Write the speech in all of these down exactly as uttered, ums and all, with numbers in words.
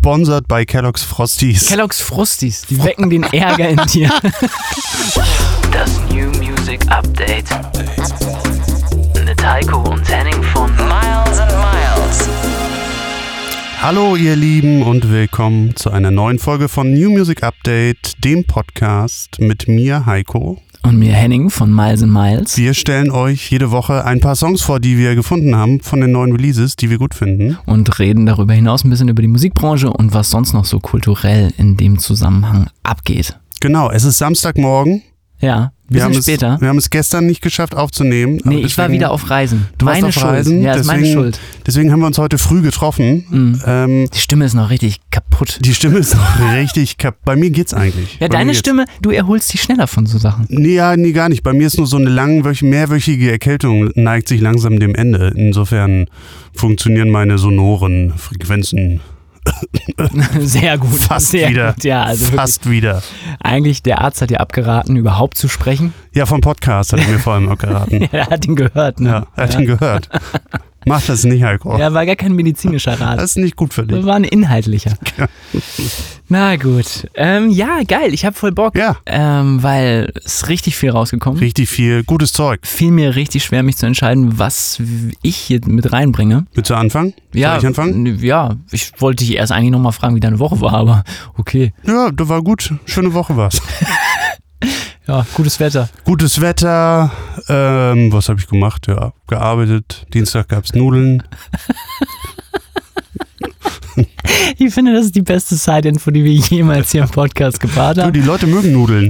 Sponsored by Kellogg's Frosties. Kellogg's Frosties, die wecken den Ärger in dir. Das New Music Update. Mit Heiko und Henning von Miles and Miles. Hallo ihr Lieben und willkommen zu einer neuen Folge von New Music Update, dem Podcast mit mir, Heiko. Und mir, Henning von Miles and Miles. Wir stellen euch jede Woche ein paar Songs vor, die wir gefunden haben von den neuen Releases, die wir gut finden. Und reden darüber hinaus ein bisschen über die Musikbranche und was sonst noch so kulturell in dem Zusammenhang abgeht. Genau, es ist Samstagmorgen. Ja, ein Wir haben, bisschen es, später. wir haben es gestern nicht geschafft aufzunehmen. Nee, ich war wieder auf Reisen. Du meine warst auf Schuld. Reisen, Ja, ist deswegen, meine Schuld. Deswegen haben wir uns heute früh getroffen. Mhm. Ähm, Die Stimme ist noch richtig kaputt. die Stimme ist noch richtig kaputt. Bei mir geht's eigentlich. Ja, Bei deine mir geht's. Stimme, du erholst dich schneller von so Sachen. Nee, ja, nee, gar nicht. Bei mir ist nur so eine langwöch- mehrwöchige Erkältung, neigt sich langsam dem Ende. Insofern funktionieren meine sonoren Frequenzen Sehr gut. fast sehr wieder. Gut. Ja, also fast wirklich. wieder. Eigentlich, der Arzt hat dir abgeraten, überhaupt zu sprechen. Ja, vom Podcast hat er mir vor allem auch geraten. Er hat ihn gehört, ne? Ja, er hat ihn gehört. Mach das nicht, Heiko. Ja, war gar kein medizinischer Rat. Das ist nicht gut für dich. Das war ein inhaltlicher. Ja. Na gut. Ähm, ja, geil. Ich habe voll Bock. Ja. Ähm, weil es ist richtig viel rausgekommen. Richtig viel gutes Zeug. Fiel mir richtig schwer, mich zu entscheiden, was ich hier mit reinbringe. Willst du anfangen? Ja, Soll ich anfangen? Ja, ich wollte dich erst eigentlich nochmal fragen, wie deine Woche war, aber okay. Ja, das war gut. Schöne Woche war's. Ja, gutes Wetter. Gutes Wetter. Ähm, was habe ich gemacht? Ja, gearbeitet. Dienstag gab's Nudeln. Ich finde, das ist die beste Side-Info, die wir jemals hier im Podcast gebracht Du, haben. die Leute mögen Nudeln.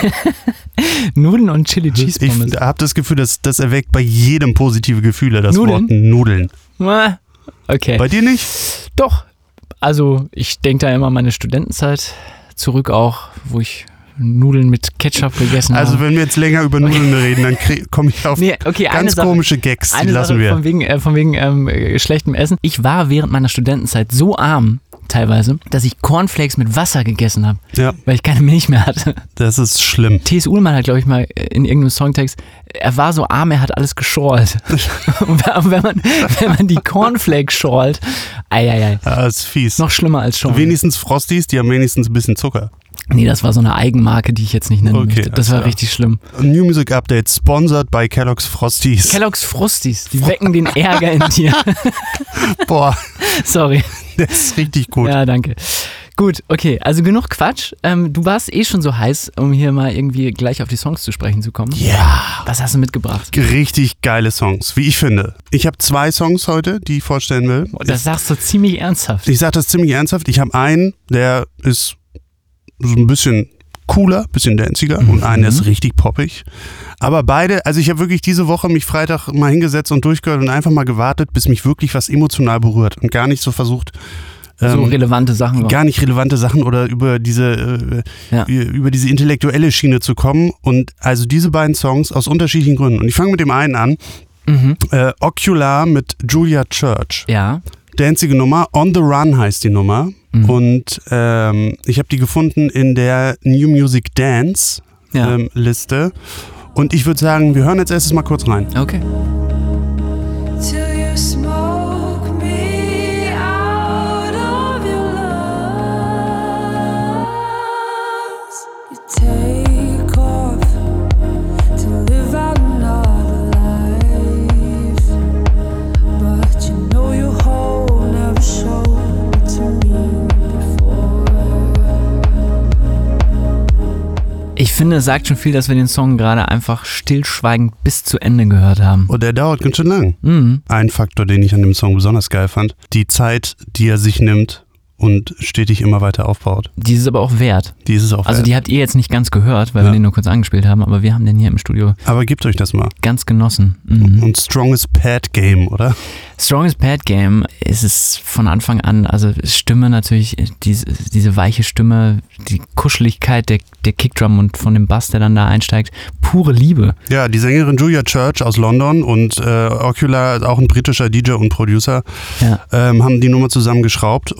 Nudeln und Chili Cheese Ich Pommes. habe das Gefühl, dass das erweckt bei jedem positive Gefühle, das Nudeln? Wort Nudeln. Ah, Okay. Bei dir nicht? Doch. Also, ich denke da immer an meine Studentenzeit zurück auch, wo ich Nudeln mit Ketchup gegessen Also habe. wenn wir jetzt länger über Nudeln reden, dann komme ich auf Nee, okay, eine ganz Sache, komische Gags, die eine lassen Sache wir. von wegen, äh, von wegen ähm, äh, schlechtem Essen. Ich war während meiner Studentenzeit so arm, teilweise, dass ich Cornflakes mit Wasser gegessen habe, Ja, weil ich keine Milch mehr hatte. das ist schlimm. T S. Ullmann hat, glaube ich, mal in irgendeinem Songtext, er war so arm, er hat alles geschorlt. Und wenn man, wenn man die Cornflakes schorlt, eieiei, Ja, das ist fies. noch schlimmer als schorlen. Wenigstens Frosties, die haben wenigstens ein bisschen Zucker. Nee, das war so eine Eigenmarke, die ich jetzt nicht nennen Okay, möchte. Das alles war klar. richtig schlimm. New Music Update, sponsored by Kellogg's Frosties. Kellogg's Frosties, die wecken den Ärger in dir. Boah, Sorry. das ist richtig gut. Ja, danke. Gut, okay, also genug Quatsch. Ähm, du warst eh schon so heiß, um hier mal irgendwie gleich auf die Songs zu sprechen zu kommen. Ja. Was hast du mitgebracht? Richtig geile Songs, wie ich finde. Ich habe zwei Songs heute, die ich vorstellen will. Boah, das sagst du ziemlich ernsthaft. Ich sage das ziemlich ernsthaft. Ich habe einen, der ist so ein bisschen cooler, bisschen danziger Mhm. und einen, der ist richtig poppig. Aber beide, also ich habe wirklich diese Woche mich Freitag mal hingesetzt und durchgehört und einfach mal gewartet, bis mich wirklich was emotional berührt und gar nicht so versucht, So ähm, relevante Sachen. gar nicht relevante Sachen oder über diese äh, Ja. über diese intellektuelle Schiene zu kommen. Und also diese beiden Songs aus unterschiedlichen Gründen. Und ich fange mit dem einen an. Mhm. Äh, Ocular mit Julia Church. Ja. Danzige Nummer, On the Run heißt die Nummer. Mhm. Und ähm, ich habe die gefunden in der New Music Dance Ja. ähm, Liste. Und ich würde sagen, wir hören jetzt erstes mal kurz rein. Okay. Till you smoke me out of your lungs. You take off to live out another life, but you know your whole never showed it to me before. Ich finde, es sagt schon viel, dass wir den Song gerade einfach stillschweigend bis zu Ende gehört haben. Und der dauert ganz schön lang. Mhm. Ein Faktor, den ich an dem Song besonders geil fand, die Zeit, die er sich nimmt und stetig immer weiter aufbaut. Die ist es aber auch wert. Die ist es auch Also wert. die habt ihr jetzt nicht ganz gehört, weil Ja. wir den nur kurz angespielt haben, aber wir haben den hier im Studio Aber gebt euch das mal. ganz genossen. Mhm. Und Strongest Pad Game, oder? Strongest Pad Game ist es von Anfang an, also Stimme natürlich, diese, diese weiche Stimme, die Kuscheligkeit der, der Kickdrum und von dem Bass, der dann da einsteigt, pure Liebe. Ja, die Sängerin Julia Church aus London und äh, Ocular, auch ein britischer D J und Producer, Ja. ähm, haben die Nummer zusammengeschraubt und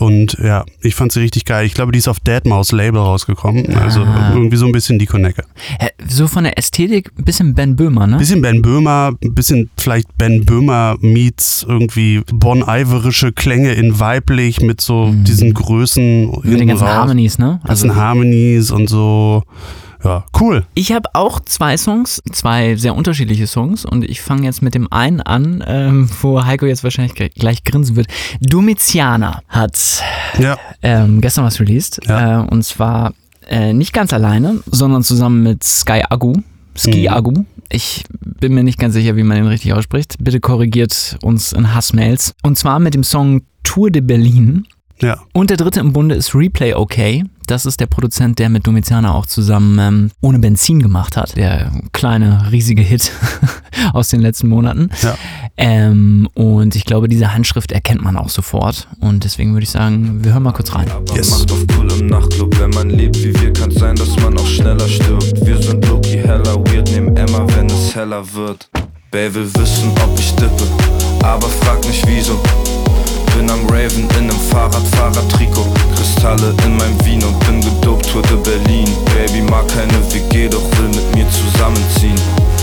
Ja, ich fand sie richtig geil. Ich glaube, die ist auf Deadmau5 Label rausgekommen. Also Ah. irgendwie so ein bisschen die Connecke. Hä, So von der Ästhetik ein bisschen Ben Böhmer, ne? Bisschen Ben Böhmer, ein bisschen vielleicht Ben Böhmer meets irgendwie Bon Iverische Klänge in weiblich mit so Mhm. diesen Größen. Mit den hinten ganzen raus. Harmonies, ne? Das sind Harmonies und so. Ja, cool. Ich habe auch zwei Songs, zwei sehr unterschiedliche Songs und ich fange jetzt mit dem einen an, ähm, wo Heiko jetzt wahrscheinlich gleich, gleich grinsen wird. Domitiana hat Ja, ähm, gestern was released Ja. äh, und zwar äh, nicht ganz alleine, sondern zusammen mit Sky Agu. Ski Mhm. Agu. Ich bin mir nicht ganz sicher, wie man den richtig ausspricht. Bitte korrigiert uns in Hassmails. Und zwar mit dem Song Tour de Berlin. ja. Und der dritte im Bunde ist Replay OK. Das ist der Produzent, der mit Domitiana auch zusammen ähm, Ohne Benzin gemacht hat. Der kleine, riesige Hit aus den letzten Monaten. Ja. Ähm, und ich glaube, diese Handschrift erkennt man auch sofort. Und deswegen würde ich sagen, wir hören mal kurz rein. Aber Yes. macht auf cool im Nachtclub, wenn man lebt wie wir, kann sein, dass man auch schneller stirbt. Wir sind Loki heller weird, nehmen Emma, wenn es heller wird. Bay will wissen, ob ich dippe, aber frag nicht wieso. Bin am Raven in nem Fahrradfahrer-Trikot, Kristalle in meinem Vino, bin gedopt, Tour de Berlin. Baby mag keine W G, doch will mit mir zusammenziehen.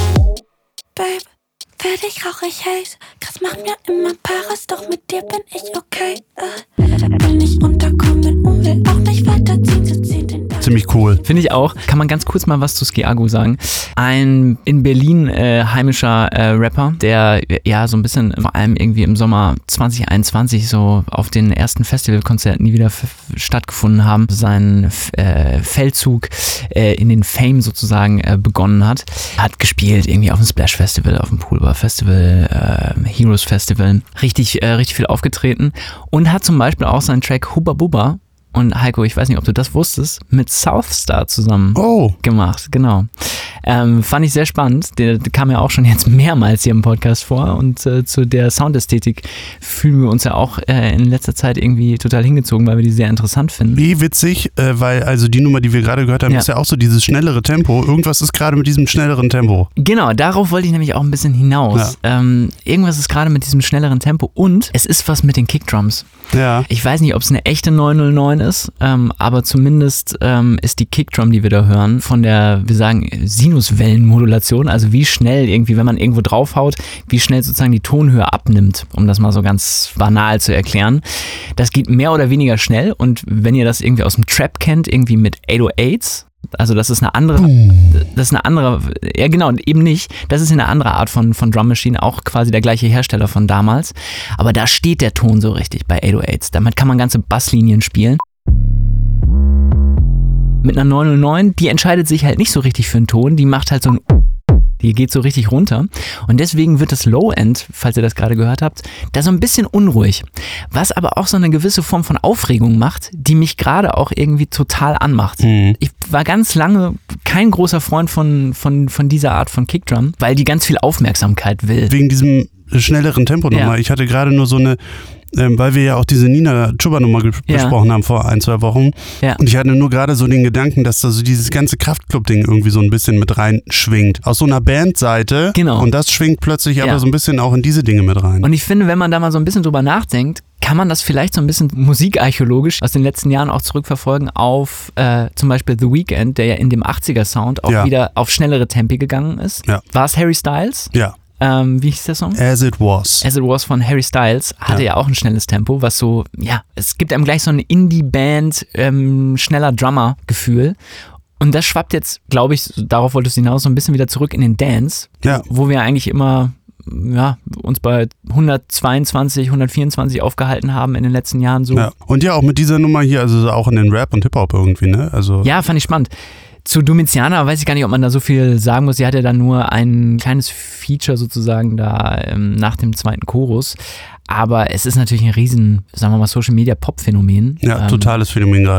Babe, für dich rauch ich Haze. Krass macht mir immer Paris, doch mit dir bin ich okay. Äh, will nicht unterkommen und will auch nicht weiterziehen. So zieht den Ziemlich cool. Finde ich auch. Kann man ganz kurz mal was zu Ski Agu sagen? Ein in Berlin äh, heimischer äh, Rapper, der äh, ja so ein bisschen vor allem irgendwie im Sommer zwanzig einundzwanzig so auf den ersten Festivalkonzerten, die wieder f- stattgefunden haben, seinen f- äh, Feldzug äh, in den Fame sozusagen äh, begonnen hat. Hat gespielt irgendwie auf dem Splash Festival, auf dem Poolbar Festival, äh, Heroes Festival. Richtig, äh, richtig viel aufgetreten und hat zum Beispiel auch seinen Track Hubba Bubba. Und Heiko, ich weiß nicht, ob du das wusstest, mit Southstar zusammen Oh, gemacht, genau. Ähm, fand ich sehr spannend. Der, der kam ja auch schon jetzt mehrmals hier im Podcast vor und äh, zu der Soundästhetik fühlen wir uns ja auch äh, in letzter Zeit irgendwie total hingezogen, weil wir die sehr interessant finden. wie witzig, äh, weil also die Nummer, die wir gerade gehört haben, Ja. ist ja auch so dieses schnellere Tempo. Irgendwas ist gerade mit diesem schnelleren Tempo. Genau, darauf wollte ich nämlich auch ein bisschen hinaus. Ähm, irgendwas ist gerade mit diesem schnelleren Tempo und es ist was mit den Kickdrums. Ja. Ich weiß nicht, ob es eine echte neun null neun ist, ähm, aber zumindest ähm, ist die Kickdrum, die wir da hören, von der, wir sagen, Sinuswellenmodulation, also wie schnell irgendwie, wenn man irgendwo draufhaut, wie schnell sozusagen die Tonhöhe abnimmt, um das mal so ganz banal zu erklären. Das geht mehr oder weniger schnell und wenn ihr das irgendwie aus dem Trap kennt, irgendwie mit achthundertacht, also das ist eine andere, das ist eine andere, ja genau, eben nicht, das ist eine andere Art von, von Drum Machine, auch quasi der gleiche Hersteller von damals, aber da steht der Ton so richtig bei achthundertacht, damit kann man ganze Basslinien spielen. Mit einer neun null neun, die entscheidet sich halt nicht so richtig für einen Ton, die macht halt so ein, die geht so richtig runter und deswegen wird das Low-End, falls ihr das gerade gehört habt, da so ein bisschen unruhig, was aber auch so eine gewisse Form von Aufregung macht, die mich gerade auch irgendwie total anmacht. Mhm. Ich war ganz lange kein großer Freund von, von, von dieser Art von Kickdrum, weil die ganz viel Aufmerksamkeit will. Wegen diesem schnelleren Tempo nochmal. Ja. Ich hatte gerade nur so eine, ähm, weil wir ja auch diese Nina Chuba-Nummer ge- Ja. besprochen haben vor ein, zwei Wochen. Ja. Und ich hatte nur gerade so den Gedanken, dass da so dieses ganze Kraftclub-Ding irgendwie so ein bisschen mit reinschwingt. Aus so einer Bandseite. Genau. Und das schwingt plötzlich Ja. aber so ein bisschen auch in diese Dinge mit rein. Und ich finde, wenn man da mal so ein bisschen drüber nachdenkt, kann man das vielleicht so ein bisschen musikarchäologisch aus den letzten Jahren auch zurückverfolgen auf äh, zum Beispiel The Weeknd, der ja in dem achtziger-Sound auch Ja. wieder auf schnellere Tempi gegangen ist. Ja. War es Harry Styles? ja. Ähm, wie hieß der Song? As it was. As It Was von Harry Styles hatte ja. Ja. auch ein schnelles Tempo, was so, ja, es gibt einem gleich so ein Indie-Band, ähm, schneller Drummer-Gefühl. Und das schwappt jetzt, glaube ich, darauf wolltest du hinaus, so ein bisschen wieder zurück in den Dance, Ja. wo wir eigentlich immer ja, uns bei hundertzweiundzwanzig, hundertvierundzwanzig aufgehalten haben in den letzten Jahren. So. Ja. Und ja, auch mit dieser Nummer hier, also auch in den Rap und Hip-Hop irgendwie, ne? Also Ja, fand ich spannend. Zu Domitiana weiß ich gar nicht, ob man da so viel sagen muss. Sie hatte dann nur ein kleines Feature sozusagen da ähm, nach dem zweiten Chorus. Aber es ist natürlich ein riesen, sagen wir mal, Social-Media-Pop-Phänomen. ja, Ähm, totales Phänomen gerade, ja.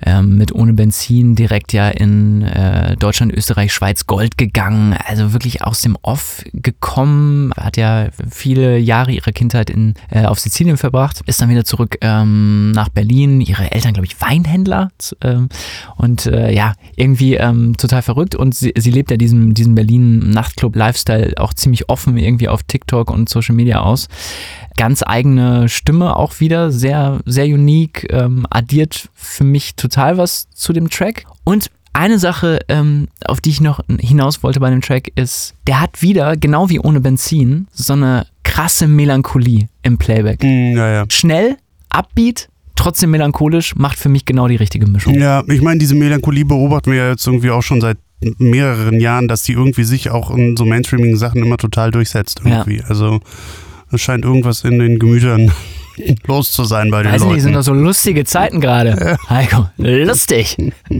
ähm, mit Ohne Benzin direkt ja in äh, Deutschland, Österreich, Schweiz Gold gegangen, also wirklich aus dem Off gekommen, hat ja viele Jahre ihrer Kindheit in, äh, auf Sizilien verbracht, ist dann wieder zurück ähm, nach Berlin, ihre Eltern, glaube ich, Weinhändler ähm, und äh, ja, irgendwie ähm, total verrückt und sie, sie lebt ja diesen, diesen Berlin-Nachtclub-Lifestyle auch ziemlich offen irgendwie auf TikTok und Social Media aus. Ganz eigene Stimme auch wieder, sehr, sehr unique, ähm, addiert für mich total was zu dem Track. Und eine Sache, ähm, auf die ich noch hinaus wollte bei dem Track ist, der hat wieder, genau wie Ohne Benzin, so eine krasse Melancholie im Playback. Mm, ja, ja. Schnell, upbeat, trotzdem melancholisch, macht für mich genau die richtige Mischung. Ja, ich meine, diese Melancholie beobachten wir ja jetzt irgendwie auch schon seit mehreren Jahren, dass die irgendwie sich auch in so mainstreamigen Sachen immer total durchsetzt irgendwie. Ja. Also es scheint irgendwas in den Gemütern los zu sein bei den Weiß Leuten. nicht, sind doch so lustige Zeiten gerade. Ja. Heiko, lustig.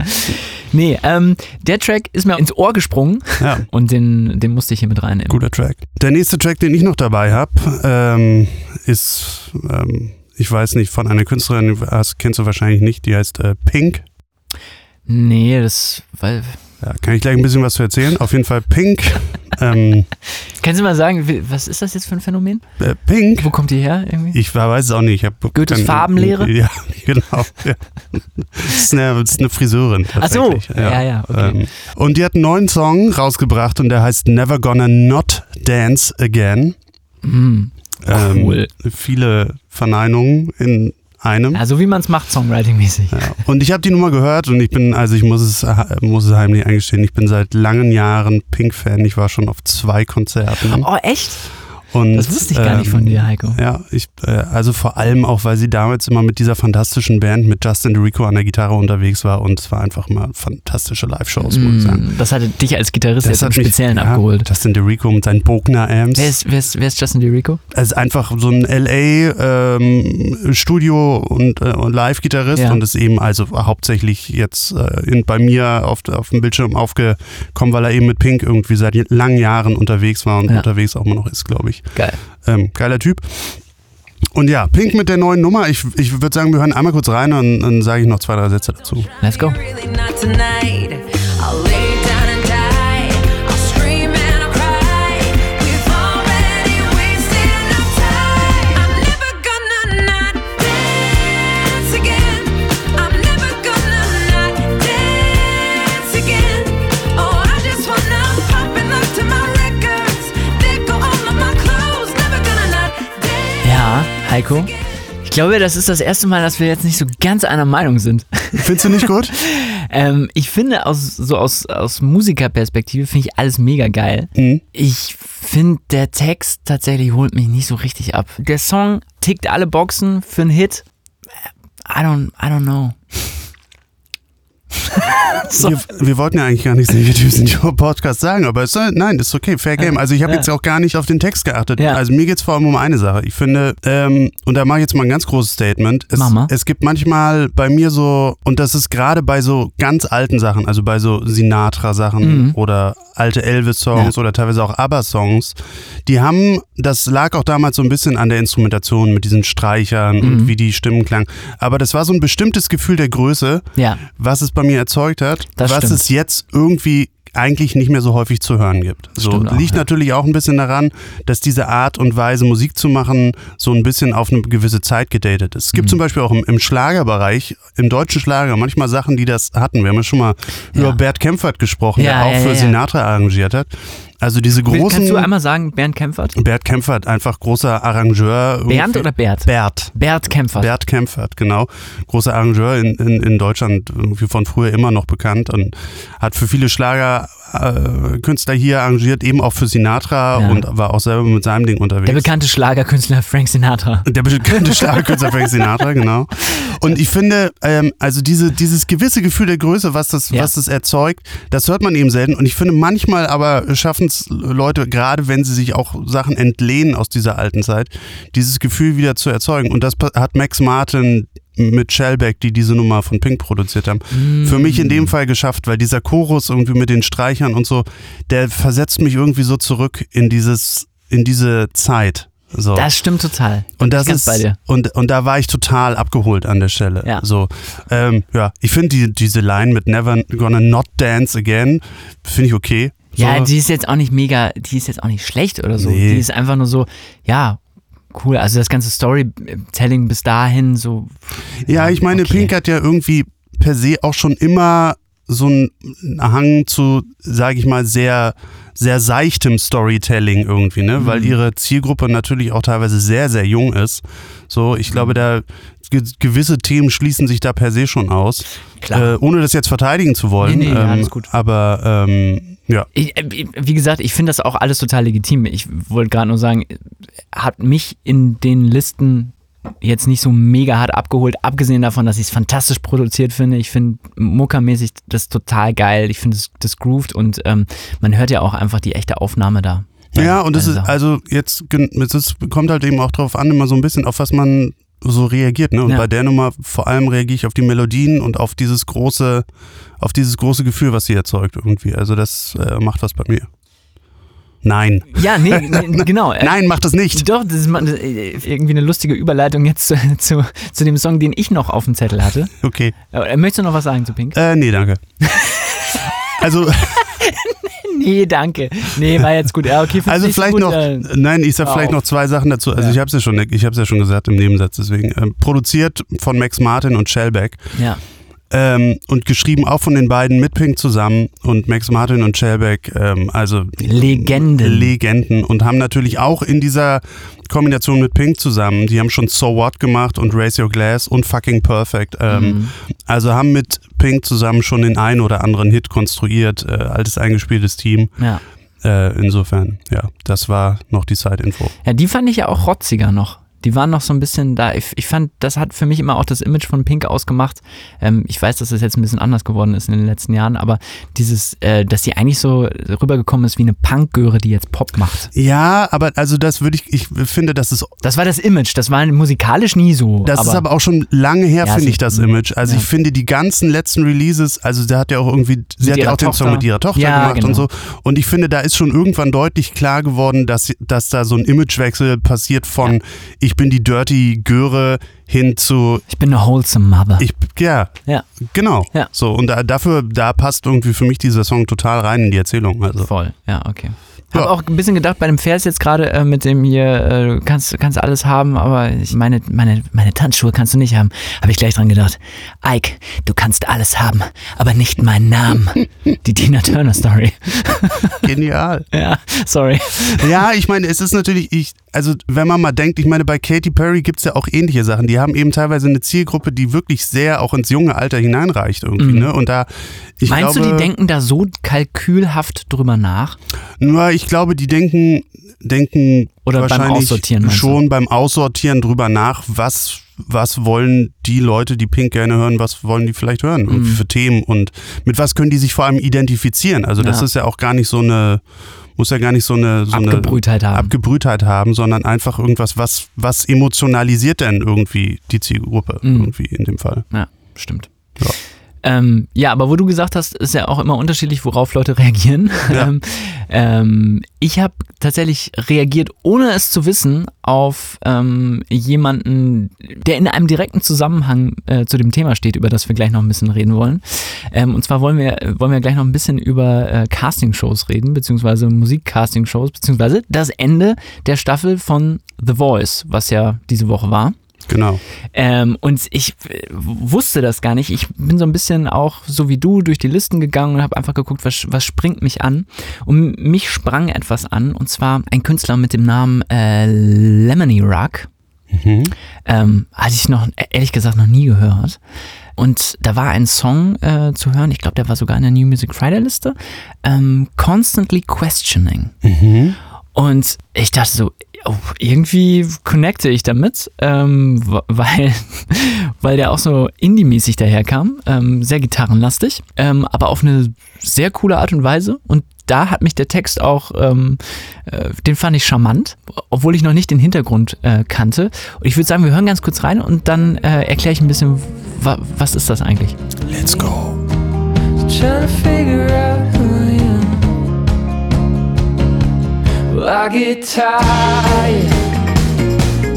Nee, ähm, der Track ist mir ins Ohr gesprungen ja. und den, den musste ich hier mit reinnehmen. Guter Track. Der nächste Track, den ich noch dabei habe, ähm, ist, ähm, ich weiß nicht, von einer Künstlerin, das kennst du wahrscheinlich nicht, die heißt äh, Pink. Nee, das, weil... Ja, kann ich gleich ein bisschen was zu erzählen. Auf jeden Fall Pink. ähm, Kannst du mal sagen, was ist das jetzt für ein Phänomen? Äh, Pink. Wo kommt die her irgendwie? Ich weiß es auch nicht. Ich hab Goethes kein, Farbenlehre? Ja, genau. Ja. Das, ist eine, das ist eine Friseurin. Ach so. Ja, ja, ja, okay. Ähm, und die hat einen neuen Song rausgebracht und der heißt Never Gonna Not Dance Again. Mm, cool. Ähm, viele Verneinungen in einem. Ja, so wie man es macht, Songwriting-mäßig. Ja. Und ich habe die Nummer gehört und ich bin, also ich muss es, muss es heimlich eingestehen, ich bin seit langen Jahren Pink-Fan. Ich war schon auf zwei Konzerten. Oh, echt? Und, das wusste ich gar ähm, nicht von dir, Heiko. Ja, ich, äh, also vor allem auch, weil sie damals immer mit dieser fantastischen Band mit Justin DeRico an der Gitarre unterwegs war und es war einfach mal fantastische Live-Shows, mm, muss ich sagen. Das hatte dich als Gitarrist das jetzt im Speziellen mich, abgeholt. Ja, Justin DeRico mit seinen Bogner-Amps. Wer ist, wer, ist, wer ist Justin DeRico? Er ist einfach so ein L A ähm, Studio- und, äh, und Live-Gitarrist ja. und ist eben also hauptsächlich jetzt äh, in, bei mir auf, auf dem Bildschirm aufgekommen, weil er eben mit Pink irgendwie seit langen Jahren unterwegs war und ja. unterwegs auch immer noch ist, glaube ich. Geil. Ähm, geiler Typ. Und ja, Pink mit der neuen Nummer. Ich, ich würde sagen, wir hören einmal kurz rein und dann sage ich noch zwei, drei Sätze dazu. Let's go. Heiko, ich glaube, das ist das erste Mal, dass wir jetzt nicht so ganz einer Meinung sind. Findest du nicht gut? ähm, ich finde, aus, so aus, aus Musikerperspektive finde ich alles mega geil. Mhm. Ich finde, der Text tatsächlich holt mich nicht so richtig ab. Der Song tickt alle Boxen für einen Hit. I don't, I don't know. So. Wir, wir wollten ja eigentlich gar nichts Negatives in diesem Podcast sagen, aber es, nein, das ist okay, fair game. Also ich habe ja. jetzt auch gar nicht auf den Text geachtet. Ja. Also mir geht es vor allem um eine Sache. Ich finde, ähm, und da mache ich jetzt mal ein ganz großes Statement, es, es gibt manchmal bei mir so, und das ist gerade bei so ganz alten Sachen, also bei so Sinatra-Sachen mhm. oder alte Elvis-Songs ja. oder teilweise auch ABBA-Songs, die haben, das lag auch damals so ein bisschen an der Instrumentation mit diesen Streichern mhm. und wie die Stimmen klangen, aber das war so ein bestimmtes Gefühl der Größe, ja. was es bei mir erzeugt hat, das was stimmt. es jetzt irgendwie eigentlich nicht mehr so häufig zu hören gibt. So, auch, liegt ja. natürlich auch ein bisschen daran, dass diese Art und Weise, Musik zu machen, so ein bisschen auf eine gewisse Zeit gedatet ist. Es gibt mhm. zum Beispiel auch im, im Schlagerbereich, im deutschen Schlager, manchmal Sachen, die das hatten. Wir haben ja schon mal ja. über Bert Kempfert gesprochen, ja, der auch ja, für ja, Sinatra ja. arrangiert hat. Also diese großen... Kannst du einmal sagen, Bernd Kempfert? Bert Kempfert, einfach großer Arrangeur. Bernd oder Bert? Bert. Bert Kempfert. Bert Kempfert, genau. Großer Arrangeur in, in, in Deutschland, irgendwie von früher immer noch bekannt und hat für viele Schlagerkünstler hier arrangiert, eben auch für Sinatra ja. und war auch selber mit seinem Ding unterwegs. Der bekannte Schlagerkünstler Frank Sinatra. Der bekannte Schlagerkünstler Frank Sinatra, genau. Und ich finde, ähm, also diese, dieses gewisse Gefühl der Größe, was das, ja. was das erzeugt, das hört man eben selten. Und ich finde manchmal aber schaffen es Leute, gerade wenn sie sich auch Sachen entlehnen aus dieser alten Zeit, dieses Gefühl wieder zu erzeugen. Und das hat Max Martin mit Shellback, die diese Nummer von Pink produziert haben, mm. für mich in dem Fall geschafft, weil dieser Chorus irgendwie mit den Streichern und so, der versetzt mich irgendwie so zurück in dieses, in diese Zeit. So. Das stimmt total. Und das ich ganz ist bei dir. Und, und da war ich total abgeholt an der Stelle. Ja. So, ähm, ja, ich finde die, diese Line mit Never Gonna Not Dance Again, finde ich okay. So. Ja, die ist jetzt auch nicht mega, die ist jetzt auch nicht schlecht oder so. Nee. Die ist einfach nur so, ja, cool. Also das ganze Storytelling bis dahin so. Ja, ich meine, okay. Pink hat ja irgendwie per se auch schon immer so einen Hang zu, sage ich mal, sehr, sehr seichtem Storytelling irgendwie, ne? Mhm. Weil ihre Zielgruppe natürlich auch teilweise sehr, sehr jung ist. So, ich mhm. glaube, da ge- gewisse Themen schließen sich da per se schon aus. Klar. Äh, ohne das jetzt verteidigen zu wollen. Nee, nee, ähm, ja, alles gut. Aber ähm, ja. Ich, wie gesagt, ich finde das auch alles total legitim. Ich wollte gerade nur sagen, hat mich in den Listen jetzt nicht so mega hart abgeholt, abgesehen davon, dass ich es fantastisch produziert finde. Ich finde muckermäßig das total geil. Ich finde, das, das groovt und ähm, man hört ja auch einfach die echte Aufnahme da. Ja, und das ist, also jetzt, es kommt halt eben auch drauf an, immer so ein bisschen, auf was man so reagiert, ne? Und ja. bei der Nummer vor allem reagiere ich auf die Melodien und auf dieses große, auf dieses große Gefühl, was sie erzeugt irgendwie. Also das äh, macht was bei mir. Nein. Ja, nee, nee genau. Nein, mach das nicht. Doch, das ist irgendwie eine lustige Überleitung jetzt zu, zu, zu dem Song, den ich noch auf dem Zettel hatte. Okay. Möchtest du noch was sagen zu Pink? Äh, nee, danke. Also... Nee, danke. Nee, war jetzt gut. Ja, okay, also vielleicht gut, noch, äh, nein, ich sag vielleicht auf. noch zwei Sachen dazu. Also ja. ich habe es ja schon, ich habe es ja schon gesagt im Nebensatz. Deswegen äh, produziert von Max Martin und Shellback. Ja. Ähm, und geschrieben auch von den beiden mit Pink zusammen und Max Martin und Shellback, ähm, also Legenden. Legenden und haben natürlich auch in dieser Kombination mit Pink zusammen, die haben schon So What gemacht und Raise Your Glass und Fucking Perfect, ähm, mhm. also haben mit Pink zusammen schon den einen oder anderen Hit konstruiert, äh, altes eingespieltes Team. Ja. Äh, insofern, ja, das war noch die Side-Info. Ja, die fand ich ja auch rotziger noch. Die waren noch so ein bisschen da. Ich, ich fand, das hat für mich immer auch das Image von Pink ausgemacht. Ähm, ich weiß, dass das jetzt ein bisschen anders geworden ist in den letzten Jahren, aber dieses, äh, dass sie eigentlich so rübergekommen ist wie eine Punkgöre, die jetzt Pop macht. Ja, aber also das würde ich, ich finde, das ist... Das war das Image, das war musikalisch nie so. Das aber, ist aber auch schon lange her, ja, finde ich, das Image. Also ja. ich finde, die ganzen letzten Releases, also der hat ja auch irgendwie, sie hat ja auch den Tochter. Song mit ihrer Tochter ja, gemacht genau. und so. Und ich finde, da ist schon irgendwann deutlich klar geworden, dass, dass da so ein Imagewechsel passiert von, ja. ich bin die Dirty Göre hin zu... Ich bin eine wholesome Mother. Ich, ja, ja, genau. Ja. So, und da, dafür, da passt irgendwie für mich dieser Song total rein in die Erzählung. Also. Voll, ja, okay. Ja. Habe auch ein bisschen gedacht bei dem Vers jetzt gerade äh, mit dem hier, äh, kannst, kannst alles haben, aber ich meine, meine, meine Tanzschuhe kannst du nicht haben. Habe ich gleich dran gedacht. Ike, du kannst alles haben, aber nicht meinen Namen. Die Tina Turner Story. Genial. Ja, sorry. Ja, ich meine, es ist natürlich, ich, also wenn man mal denkt, ich meine, bei Katy Perry gibt es ja auch ähnliche Sachen. Die haben eben teilweise eine Zielgruppe, die wirklich sehr auch ins junge Alter hineinreicht irgendwie. Mhm. Ne? Und da, ich Meinst glaube, du, die denken da so kalkülhaft drüber nach? Nur ich glaube, die denken, denken Oder wahrscheinlich beim Aussortieren, schon du? beim Aussortieren drüber nach, was, was wollen die Leute, die Pink gerne hören, was wollen die vielleicht hören, mhm. irgendwie für Themen und mit was können die sich vor allem identifizieren. Also das ja. ist ja auch gar nicht so eine, muss ja gar nicht so eine, so Abgebrühtheit eine haben. Abgebrühtheit haben, sondern einfach irgendwas, was, was emotionalisiert denn irgendwie die Zielgruppe, mhm. irgendwie in dem Fall. Ja, stimmt. Ja. Ähm, ja, aber wo du gesagt hast, ist ja auch immer unterschiedlich, worauf Leute reagieren. Ja. ähm, ähm, ich habe tatsächlich reagiert, ohne es zu wissen, auf ähm, jemanden, der in einem direkten Zusammenhang äh, zu dem Thema steht, über das wir gleich noch ein bisschen reden wollen. Ähm, und zwar wollen wir, wollen wir gleich noch ein bisschen über äh, Castingshows reden, beziehungsweise Musik-Castingshows, beziehungsweise das Ende der Staffel von The Voice, was ja diese Woche war. Genau. Ähm, und ich äh, wusste das gar nicht. Ich bin so ein bisschen auch, so wie du, durch die Listen gegangen und habe einfach geguckt, was, was springt mich an. Und mich sprang etwas an, und zwar ein Künstler mit dem Namen äh, Lemony Rock. Mhm. Ähm, hatte ich noch, ehrlich gesagt, noch nie gehört. Und da war ein Song äh, zu hören, ich glaube, der war sogar in der New Music Friday Liste, ähm, Constantly Questioning. Mhm. Und ich dachte so, oh, irgendwie connecte ich damit, ähm, weil, weil der auch so indie-mäßig daherkam, ähm, sehr gitarrenlastig, ähm, aber auf eine sehr coole Art und Weise. Und da hat mich der Text auch, ähm, äh, den fand ich charmant, obwohl ich noch nicht den Hintergrund äh, kannte. Und ich würde sagen, wir hören ganz kurz rein und dann äh, erkläre ich ein bisschen, wa- was ist das eigentlich? Let's go. Trying to figure out who I am. Well, I get tired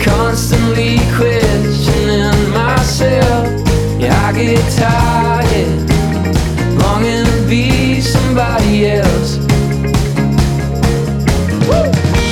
constantly questioning myself. Yeah, I get tired, longing to be somebody else. Woo!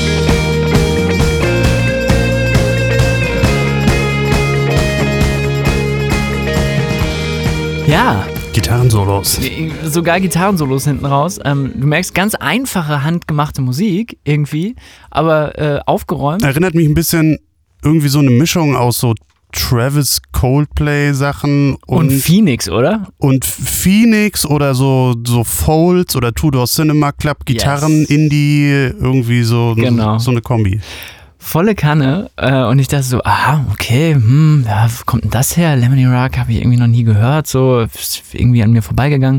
Ja. Gitarrensolos. Sogar Gitarrensolos hinten raus. Ähm, du merkst, ganz einfache, handgemachte Musik irgendwie, aber äh, aufgeräumt. Erinnert mich ein bisschen irgendwie so eine Mischung aus so Travis Coldplay-Sachen und, und Phoenix, oder? Und Phoenix oder so, so Folds oder Tudor Cinema Club, Gitarren, Yes. Indie, irgendwie so, Genau. so, so eine Kombi. Volle Kanne äh, und ich dachte so, aha, okay, hm, ja, wo kommt denn das her? Lemony Rock habe ich irgendwie noch nie gehört, so ist irgendwie an mir vorbeigegangen.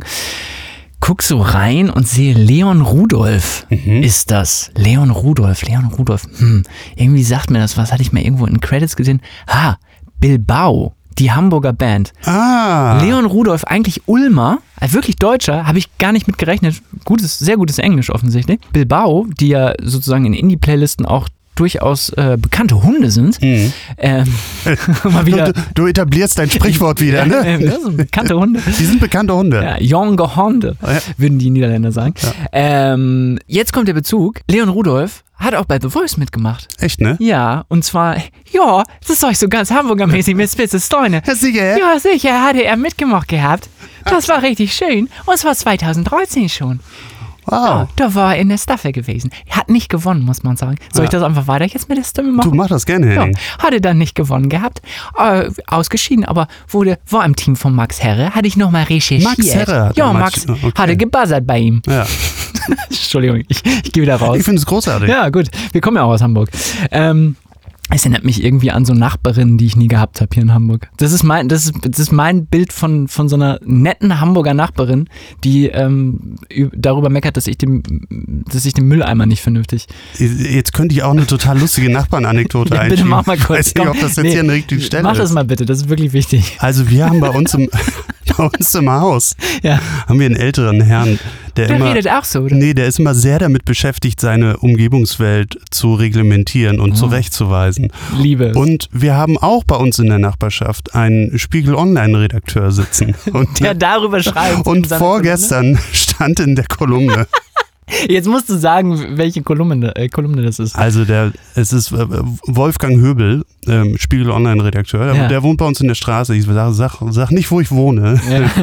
Guck so rein und sehe Leon Rudolph Mhm. ist das. Leon Rudolph, Leon Rudolph, hm, irgendwie sagt mir das was, hatte ich mal irgendwo in den Credits gesehen. Ha, Bilbao, die Hamburger Band. Ah. Leon Rudolph, eigentlich Ulmer, äh, wirklich Deutscher, habe ich gar nicht mit gerechnet. Gutes, sehr gutes Englisch offensichtlich. Bilbao, die ja sozusagen in Indie-Playlisten auch durchaus äh, bekannte Hunde sind. Mhm. Ähm, mal wieder. Du, du etablierst dein Sprichwort wieder, ne? Das sind bekannte Hunde. Die sind bekannte Hunde. Ja, junge Hunde, Ja. würden die Niederländer sagen. Ja. Ähm, jetzt kommt der Bezug. Leon Rudolph hat auch bei The Voice mitgemacht. Echt, ne? Ja, und zwar, ja, das ist euch so ganz Hamburger-mäßig mit spitze Steine. Ja, sicher. Ja, sicher, hatte er mitgemacht gehabt. Das war richtig schön. Und zwar zweitausenddreizehn schon. Wow. Ja, da war er in der Staffel gewesen. Er hat nicht gewonnen, muss man sagen. Soll ich Ja. das einfach weiter jetzt mit der Stimme machen? Du mach das gerne, Ja, Henning. hatte dann nicht gewonnen gehabt, äh, ausgeschieden, aber wurde, war im Team von Max Herre, hatte ich nochmal recherchiert. Max Herre hat Ja, noch Max Max- okay. hatte gebuzzert bei ihm. Ja. Entschuldigung, ich, ich gehe wieder raus. Ich finde es großartig. Ja, gut, wir kommen ja auch aus Hamburg. Ähm, es erinnert mich irgendwie an so Nachbarinnen, die ich nie gehabt habe hier in Hamburg. Das ist mein, das ist, das ist mein Bild von, von so einer netten Hamburger Nachbarin, die ähm, ü- darüber meckert, dass ich, den, dass ich den Mülleimer nicht vernünftig. Jetzt könnte ich auch eine total lustige Nachbarn-Anekdote Ja, bitte einschieben. mach mal kurz. Ich weiß nicht, ob das jetzt Nee, hier an der richtigen Stelle Mach ist. das mal bitte, das ist wirklich wichtig. Also wir haben bei uns im, bei uns im Haus Ja. haben wir einen älteren Herrn, der, Der immer, redet auch so, oder? nee, der ist immer sehr damit beschäftigt, seine Umgebungswelt zu reglementieren und Oh. zurechtzuweisen. Liebe. Und wir haben auch bei uns in der Nachbarschaft einen Spiegel-Online-Redakteur sitzen. Und, Der darüber schreibt. in und seiner vorgestern stand in der Kolumne, Kolumne. Jetzt musst du sagen, welche Kolumne, äh, Kolumne das ist. also der, es ist äh, Wolfgang Höbel, ähm, Spiegel-Online-Redakteur, der, Ja. der wohnt bei uns in der Straße. Ich sage, sag, sag nicht, wo ich wohne.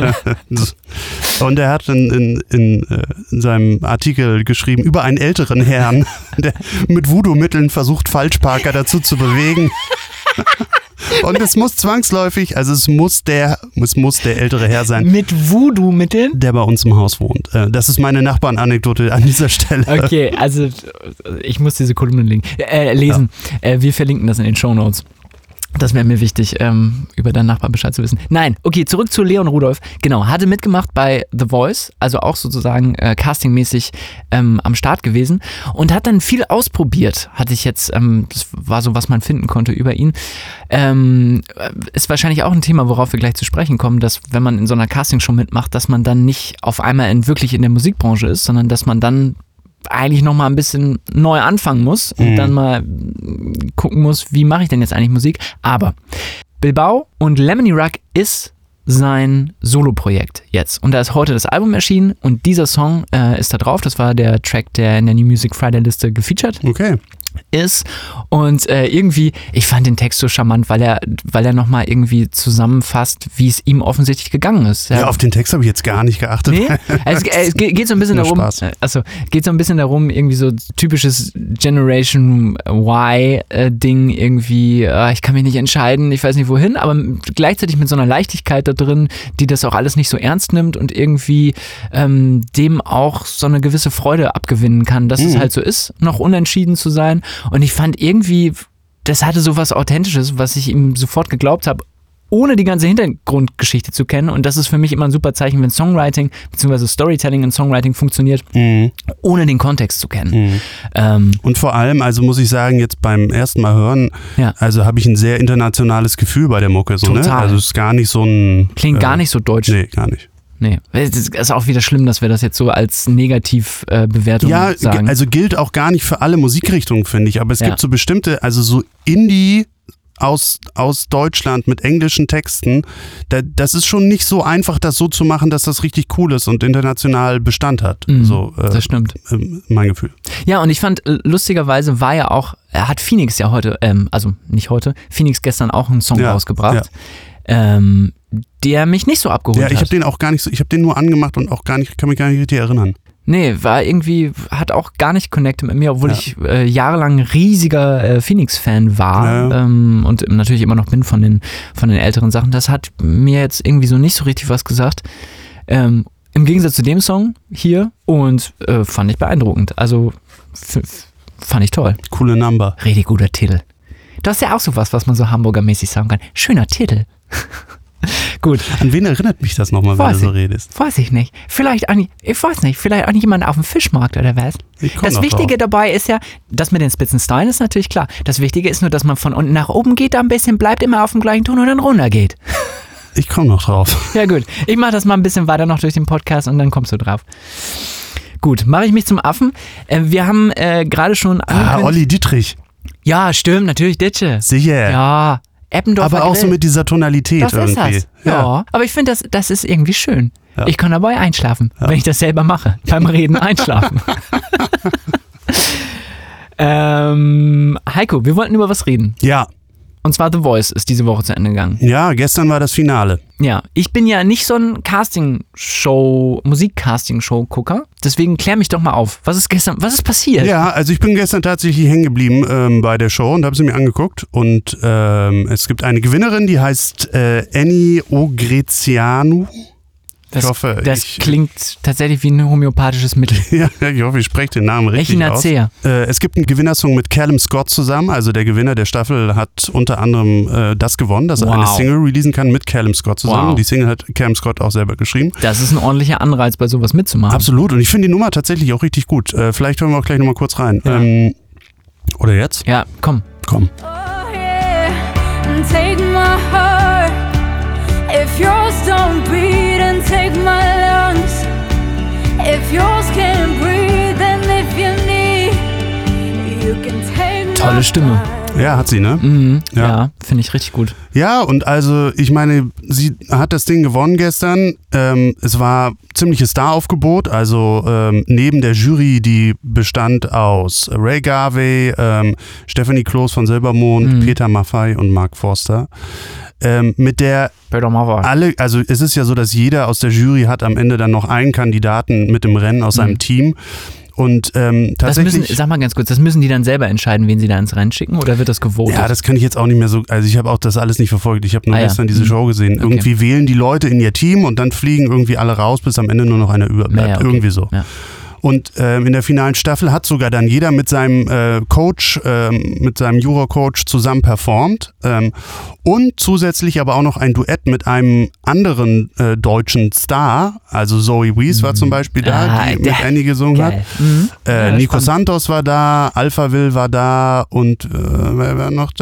Ja. Und er hat in, in, in, äh, in seinem Artikel geschrieben über einen älteren Herrn, der mit Voodoo-Mitteln versucht, Falschparker dazu zu bewegen. Und es muss zwangsläufig, also es muss der, es muss der ältere Herr sein, Mit Voodoo-Mitteln? der bei uns im Haus wohnt. Äh, Das ist meine Nachbarn-Anekdote an dieser Stelle. Okay, also ich muss diese Kolumne link- äh, lesen. Äh, wir verlinken das in den Shownotes. Das wäre mir wichtig, ähm, über deinen Nachbarn Bescheid zu wissen. Nein, okay, zurück zu Leon Rudolph. Genau, hatte mitgemacht bei The Voice, also auch sozusagen äh, castingmäßig ähm, am Start gewesen und hat dann viel ausprobiert, hatte ich jetzt, ähm, das war so, was man finden konnte über ihn. Ähm, ist wahrscheinlich auch ein Thema, worauf wir gleich zu sprechen kommen, dass wenn man in so einer Castingshow mitmacht, dass man dann nicht auf einmal in, wirklich in der Musikbranche ist, sondern dass man dann eigentlich nochmal ein bisschen neu anfangen muss und Mhm. dann mal gucken muss, wie mache ich denn jetzt eigentlich Musik. Aber Bilbao und Lemony Rock ist sein Soloprojekt jetzt. Und da ist heute das Album erschienen und dieser Song äh, ist da drauf. Das war der Track, der in der New Music Friday Liste gefeatured Okay. ist. Und äh, irgendwie, ich fand den Text so charmant, weil er, weil er nochmal irgendwie zusammenfasst, wie es ihm offensichtlich gegangen ist. Ja, auf den Text habe ich jetzt gar nicht geachtet. Nee? Also, es, es geht geht so ein bisschen Nur darum, Spaß. äh, also geht so ein bisschen darum, irgendwie so typisches Generation Y-Ding, irgendwie, äh, ich kann mich nicht entscheiden, ich weiß nicht wohin, aber gleichzeitig mit so einer Leichtigkeit da drin, die das auch alles nicht so ernst nimmt und irgendwie ähm, dem auch so eine gewisse Freude abgewinnen kann, dass es Mhm. halt so ist, noch unentschieden zu sein. Und ich fand irgendwie, das hatte so was Authentisches, was ich ihm sofort geglaubt habe, ohne die ganze Hintergrundgeschichte zu kennen. Und das ist für mich immer ein super Zeichen, wenn Songwriting bzw. Storytelling und Songwriting funktioniert, Mhm. ohne den Kontext zu kennen. Mhm. Ähm, Und vor allem, also muss ich sagen, jetzt beim ersten Mal hören, Ja. also habe ich ein sehr internationales Gefühl bei der Mucke. So, ne? Total. Also es ist gar nicht so ein... klingt äh, gar nicht so deutsch. Nee, gar nicht. Nee, es ist auch wieder schlimm, dass wir das jetzt so als Negativbewertung ja, sagen. Ja, also gilt auch gar nicht für alle Musikrichtungen, finde ich. Aber es ja. gibt so bestimmte, also so Indie aus, aus Deutschland mit englischen Texten, da, das ist schon nicht so einfach, das so zu machen, dass das richtig cool ist und international Bestand hat. Mhm, so, äh, das stimmt. Äh, mein Gefühl. Ja, und ich fand, lustigerweise war ja auch, hat Phoenix ja heute, ähm, also nicht heute, Phoenix gestern auch einen Song ja, rausgebracht. Ja. Ähm, der mich nicht so abgeholt hat. Ja, ich habe den auch gar nicht so, ich habe den nur angemacht und auch gar nicht, kann mich gar nicht richtig erinnern. Nee, war irgendwie, hat auch gar nicht connected mit mir, obwohl ja. ich äh, jahrelang ein riesiger äh, Phoenix-Fan war ja. ähm, und natürlich immer noch bin von den, von den älteren Sachen. Das hat mir jetzt irgendwie so nicht so richtig was gesagt. Ähm, im Gegensatz zu dem Song hier und äh, fand ich beeindruckend. Also f- f- fand ich toll. Coole Number. Richtig guter Titel. Das ist ja auch sowas, was man so Hamburger-mäßig sagen kann. Schöner Titel. Gut. An wen erinnert mich das nochmal, wenn du so redest? Weiß ich nicht. Vielleicht an, ich weiß nicht, vielleicht an jemanden auf dem Fischmarkt oder was. Das Wichtige drauf. dabei ist ja, das mit den spitzen Stylen ist natürlich klar. Das Wichtige ist nur, dass man von unten nach oben geht, da ein bisschen bleibt, immer auf dem gleichen Ton und dann runter geht. Ich komme noch drauf. Ja gut, ich mache das mal ein bisschen weiter noch durch den Podcast und dann kommst du drauf. Gut, mache ich mich zum Affen. Äh, wir haben äh, gerade schon Ah, Olli Dietrich. Ja, stimmt, natürlich Ditsche. Sicher. Ja. Eppendorfer aber auch Grill. so mit dieser Tonalität das irgendwie. Ist das. Ja. ja, aber ich finde, das, das ist irgendwie schön. Ja. Ich kann dabei einschlafen, ja. wenn ich das selber mache. Beim Reden einschlafen. ähm, Heiko, wir wollten über was reden. Ja. Und zwar The Voice ist diese Woche zu Ende gegangen. Ja, gestern war das Finale. Ja, ich bin ja nicht so ein Casting-Show, Musik-Casting-Show-Gucker. Deswegen klär mich doch mal auf. Was ist gestern, was ist passiert? Ja, also ich bin gestern tatsächlich hängen geblieben ähm, bei der Show und habe sie mir angeguckt. Und ähm, es gibt eine Gewinnerin, die heißt äh, Annie Ogrezianu. Das, ich hoffe, das ich, klingt tatsächlich wie ein homöopathisches Mittel. Ja, ich hoffe, ich spreche den Namen richtig aus. Äh, es gibt einen Gewinnersong mit Callum Scott zusammen. Also der Gewinner der Staffel hat unter anderem äh, das gewonnen, dass er wow. eine Single releasen kann mit Callum Scott zusammen. Wow. Die Single hat Callum Scott auch selber geschrieben. Das ist ein ordentlicher Anreiz, bei sowas mitzumachen. Absolut. Und ich finde die Nummer tatsächlich auch richtig gut. Äh, vielleicht hören wir auch gleich nochmal kurz rein. Ja. Ähm, oder jetzt? Ja, komm. Komm. Oh yeah, take my heart. If yours don't beat, and take my lungs. If yours can't breathe, then if you need, you can take my Tolle Stimme. Ja, hat sie, ne? Mhm, ja, ja finde ich richtig gut. Ja, und also, ich meine, sie hat das Ding gewonnen gestern. Ähm, es war ziemliches Star-Aufgebot. Also ähm, neben der Jury, die bestand aus Ray Garvey, ähm, Stephanie Kloß von Silbermond, mhm. Peter Maffay und Mark Forster. Ähm, mit der alle, also es ist ja so, dass jeder aus der Jury hat am Ende dann noch einen Kandidaten mit dem Rennen aus mhm. seinem Team. Und ähm, tatsächlich. Das müssen, sag mal ganz kurz, das müssen die dann selber entscheiden, wen sie da ins Rennen schicken, oder wird das gewotet? Ja, das kann ich jetzt auch nicht mehr so, also ich habe auch das alles nicht verfolgt, ich habe nur ah, gestern ja. diese Show gesehen. Okay. Irgendwie wählen die Leute in ihr Team und dann fliegen irgendwie alle raus, bis am Ende nur noch einer überbleibt. Ja, okay. Irgendwie so. Ja. Und ähm, in der finalen Staffel hat sogar dann jeder mit seinem äh, Coach, ähm, mit seinem Jura-Coach zusammen performt. Ähm, und zusätzlich aber auch noch ein Duett mit einem anderen äh, deutschen Star. Also Zoe Wees war zum Beispiel da, ah, die mit Annie gesungen geil. hat. Mhm. Äh, ja, Nico spannend. Santos war da, Alphaville war da und äh, wer war noch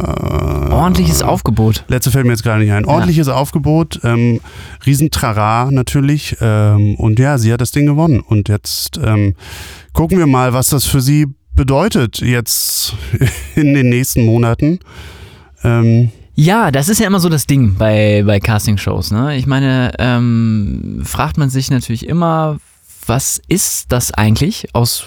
da? Ordentliches Aufgebot. Letzte fällt mir jetzt gerade nicht ein. Ordentliches ja. Aufgebot. Ähm, Riesentrara natürlich. Ähm, und ja, sie hat das Ding gewonnen. Und jetzt Ähm, gucken wir mal, was das für sie bedeutet jetzt in den nächsten Monaten. Ähm, ja, das ist ja immer so das Ding bei, bei Castingshows. Ne? Ich meine, ähm, fragt man sich natürlich immer, was ist das eigentlich aus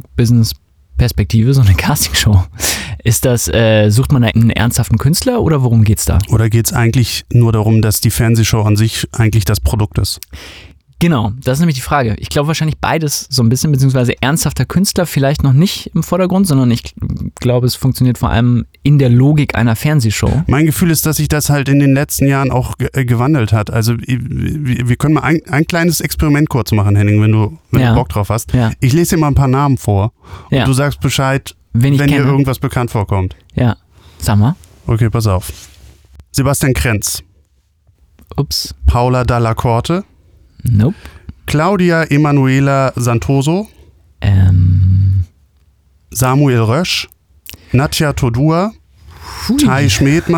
Musikbusiness-Perspektive, so eine Castingshow? Ist das, äh, sucht man einen ernsthaften Künstler oder worum geht's da? Oder geht's eigentlich nur darum, dass die Fernsehshow an sich eigentlich das Produkt ist? Genau, das ist nämlich die Frage. Ich glaube wahrscheinlich beides so ein bisschen, beziehungsweise ernsthafter Künstler vielleicht noch nicht im Vordergrund, sondern ich glaube, es funktioniert vor allem in der Logik einer Fernsehshow. Mein Gefühl ist, dass sich das halt in den letzten Jahren auch ge- gewandelt hat. Also wir können mal ein, ein kleines Experiment kurz machen, Henning, wenn du, wenn ja. du Bock drauf hast. Ja. Ich lese dir mal ein paar Namen vor und ja. du sagst Bescheid, wenn, wenn dir irgendwas bekannt vorkommt. Ja, sag mal. Okay, pass auf. Sebastian Krenz. Ups. Paula Dalla Corte. Nope. Claudia Emanuela Santoso. Ähm. Samuel Rösch. Nadja Todua. Tai Schmedmann.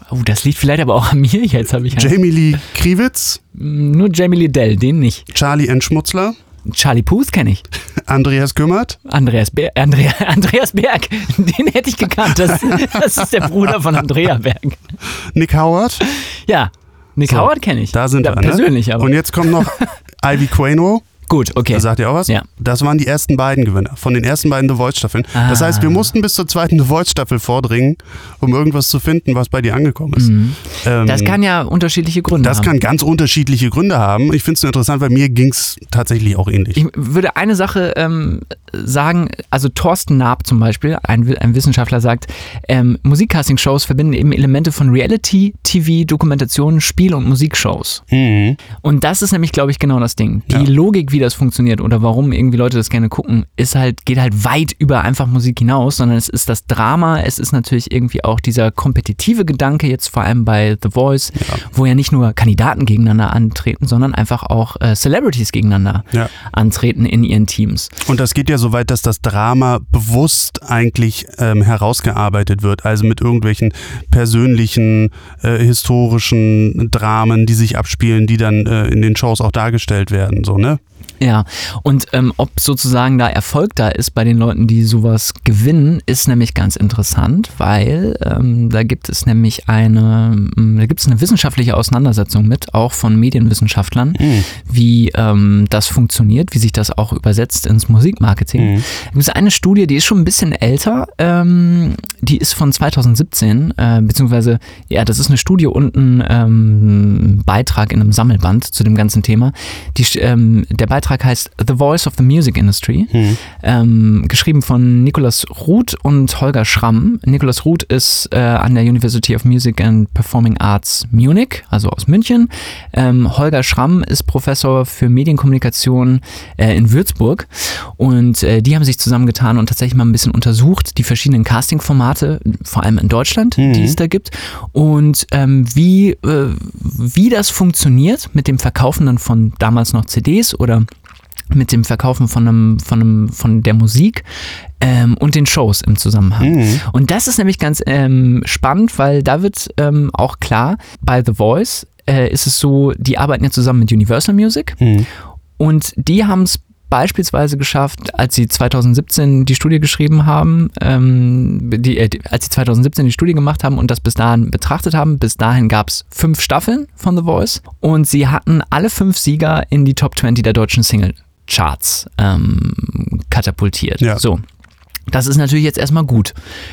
Oh, das liegt vielleicht aber auch an mir. Jetzt habe ich... Jamie Lee Kriewitz. Nur Jamie Lee Dell, den nicht. Charlie N. Schmutzler. Charlie Puth kenne ich. Andreas Kümmert. Andreas, Ber- Andrea, Andreas Berg, den hätte ich gekannt. Das, das ist der Bruder von Andrea Berg. Nick Howard. Ja, Nick So, Howard kenne ich. Da sind da, wir, persönlich, ne? aber. Und jetzt kommt noch Ivy Quaino. Gut, okay. Da sagt ihr auch was? Ja. Das waren die ersten beiden Gewinner von den ersten beiden The Voice-Staffeln. Ah. Das heißt, wir mussten bis zur zweiten The Voice-Staffel vordringen, um irgendwas zu finden, was bei dir angekommen ist. Mhm. Ähm, das kann ja unterschiedliche Gründe das haben. Das kann ganz unterschiedliche Gründe haben. Ich finde es nur interessant, weil mir ging es tatsächlich auch ähnlich. Ich würde eine Sache ähm, sagen, also Thorsten Naab zum Beispiel, ein, ein Wissenschaftler sagt, ähm, Musikcasting-Shows verbinden eben Elemente von Reality, T V, Dokumentationen, Spiel- und Musikshows. Mhm. Und das ist nämlich, glaube ich, genau das Ding. Die ja. Logik, wie das funktioniert oder warum irgendwie Leute das gerne gucken, ist halt, geht halt weit über einfach Musik hinaus, sondern es ist das Drama, es ist natürlich irgendwie auch dieser kompetitive Gedanke, jetzt vor allem bei The Voice, ja. wo ja nicht nur Kandidaten gegeneinander antreten, sondern einfach auch äh, Celebrities gegeneinander ja. antreten in ihren Teams. Und das geht ja so weit, dass das Drama bewusst eigentlich ähm, herausgearbeitet wird, also mit irgendwelchen persönlichen, äh, historischen Dramen, die sich abspielen, die dann äh, in den Shows auch dargestellt werden, so, ne? Ja, und ähm, ob sozusagen da Erfolg da ist bei den Leuten, die sowas gewinnen, ist nämlich ganz interessant, weil ähm, da gibt es nämlich eine, da gibt es eine wissenschaftliche Auseinandersetzung mit, auch von Medienwissenschaftlern, mhm. wie ähm, das funktioniert, wie sich das auch übersetzt ins Musikmarketing. Mhm. Da gibt es eine Studie, die ist schon ein bisschen älter, ähm, die ist von zweitausendsiebzehn, äh, beziehungsweise, ja, das ist eine Studie und ein ähm, Beitrag in einem Sammelband zu dem ganzen Thema. Die, ähm, der Beitrag heißt The Voice of the Music Industry, hm. ähm, geschrieben von Nikolaus Ruth und Holger Schramm. Nikolaus Ruth ist äh, an der University of Music and Performing Arts Munich, also aus München. Ähm, Holger Schramm ist Professor für Medienkommunikation äh, in Würzburg und äh, die haben sich zusammengetan und tatsächlich mal ein bisschen untersucht, die verschiedenen Casting-Formate, vor allem in Deutschland, hm. die es da gibt und ähm, wie, äh, wie das funktioniert mit dem Verkaufen dann von damals noch C Ds oder mit dem Verkaufen von einem, von einem, von der Musik ähm, und den Shows im Zusammenhang. Mhm. Und das ist nämlich ganz ähm, spannend, weil da wird ähm, auch klar, bei The Voice äh, ist es so, die arbeiten ja zusammen mit Universal Music mhm. und die haben es beispielsweise geschafft, als sie zweitausendsiebzehn die Studie geschrieben haben, ähm, die, äh, als sie zweitausendsiebzehn die Studie gemacht haben und das bis dahin betrachtet haben, bis dahin gab es fünf Staffeln von The Voice und sie hatten alle fünf Sieger in die Top zwanzig der deutschen Single-Charts ähm, katapultiert. Ja. So. Das ist natürlich jetzt erstmal gut,